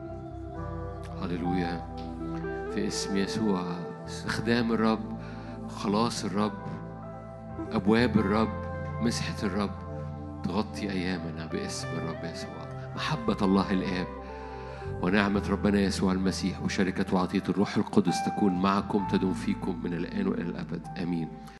هللويا. في اسم يسوع. استخدام الرب، خلاص الرب، أبواب الرب، مسحة الرب تغطي أيامنا باسم الرب يسوع. محبة الله الآب ونعمة ربنا يسوع المسيح وشركة وعطية الروح القدس تكون معكم، تدوم فيكم من الآن وإلى الأبد. آمين.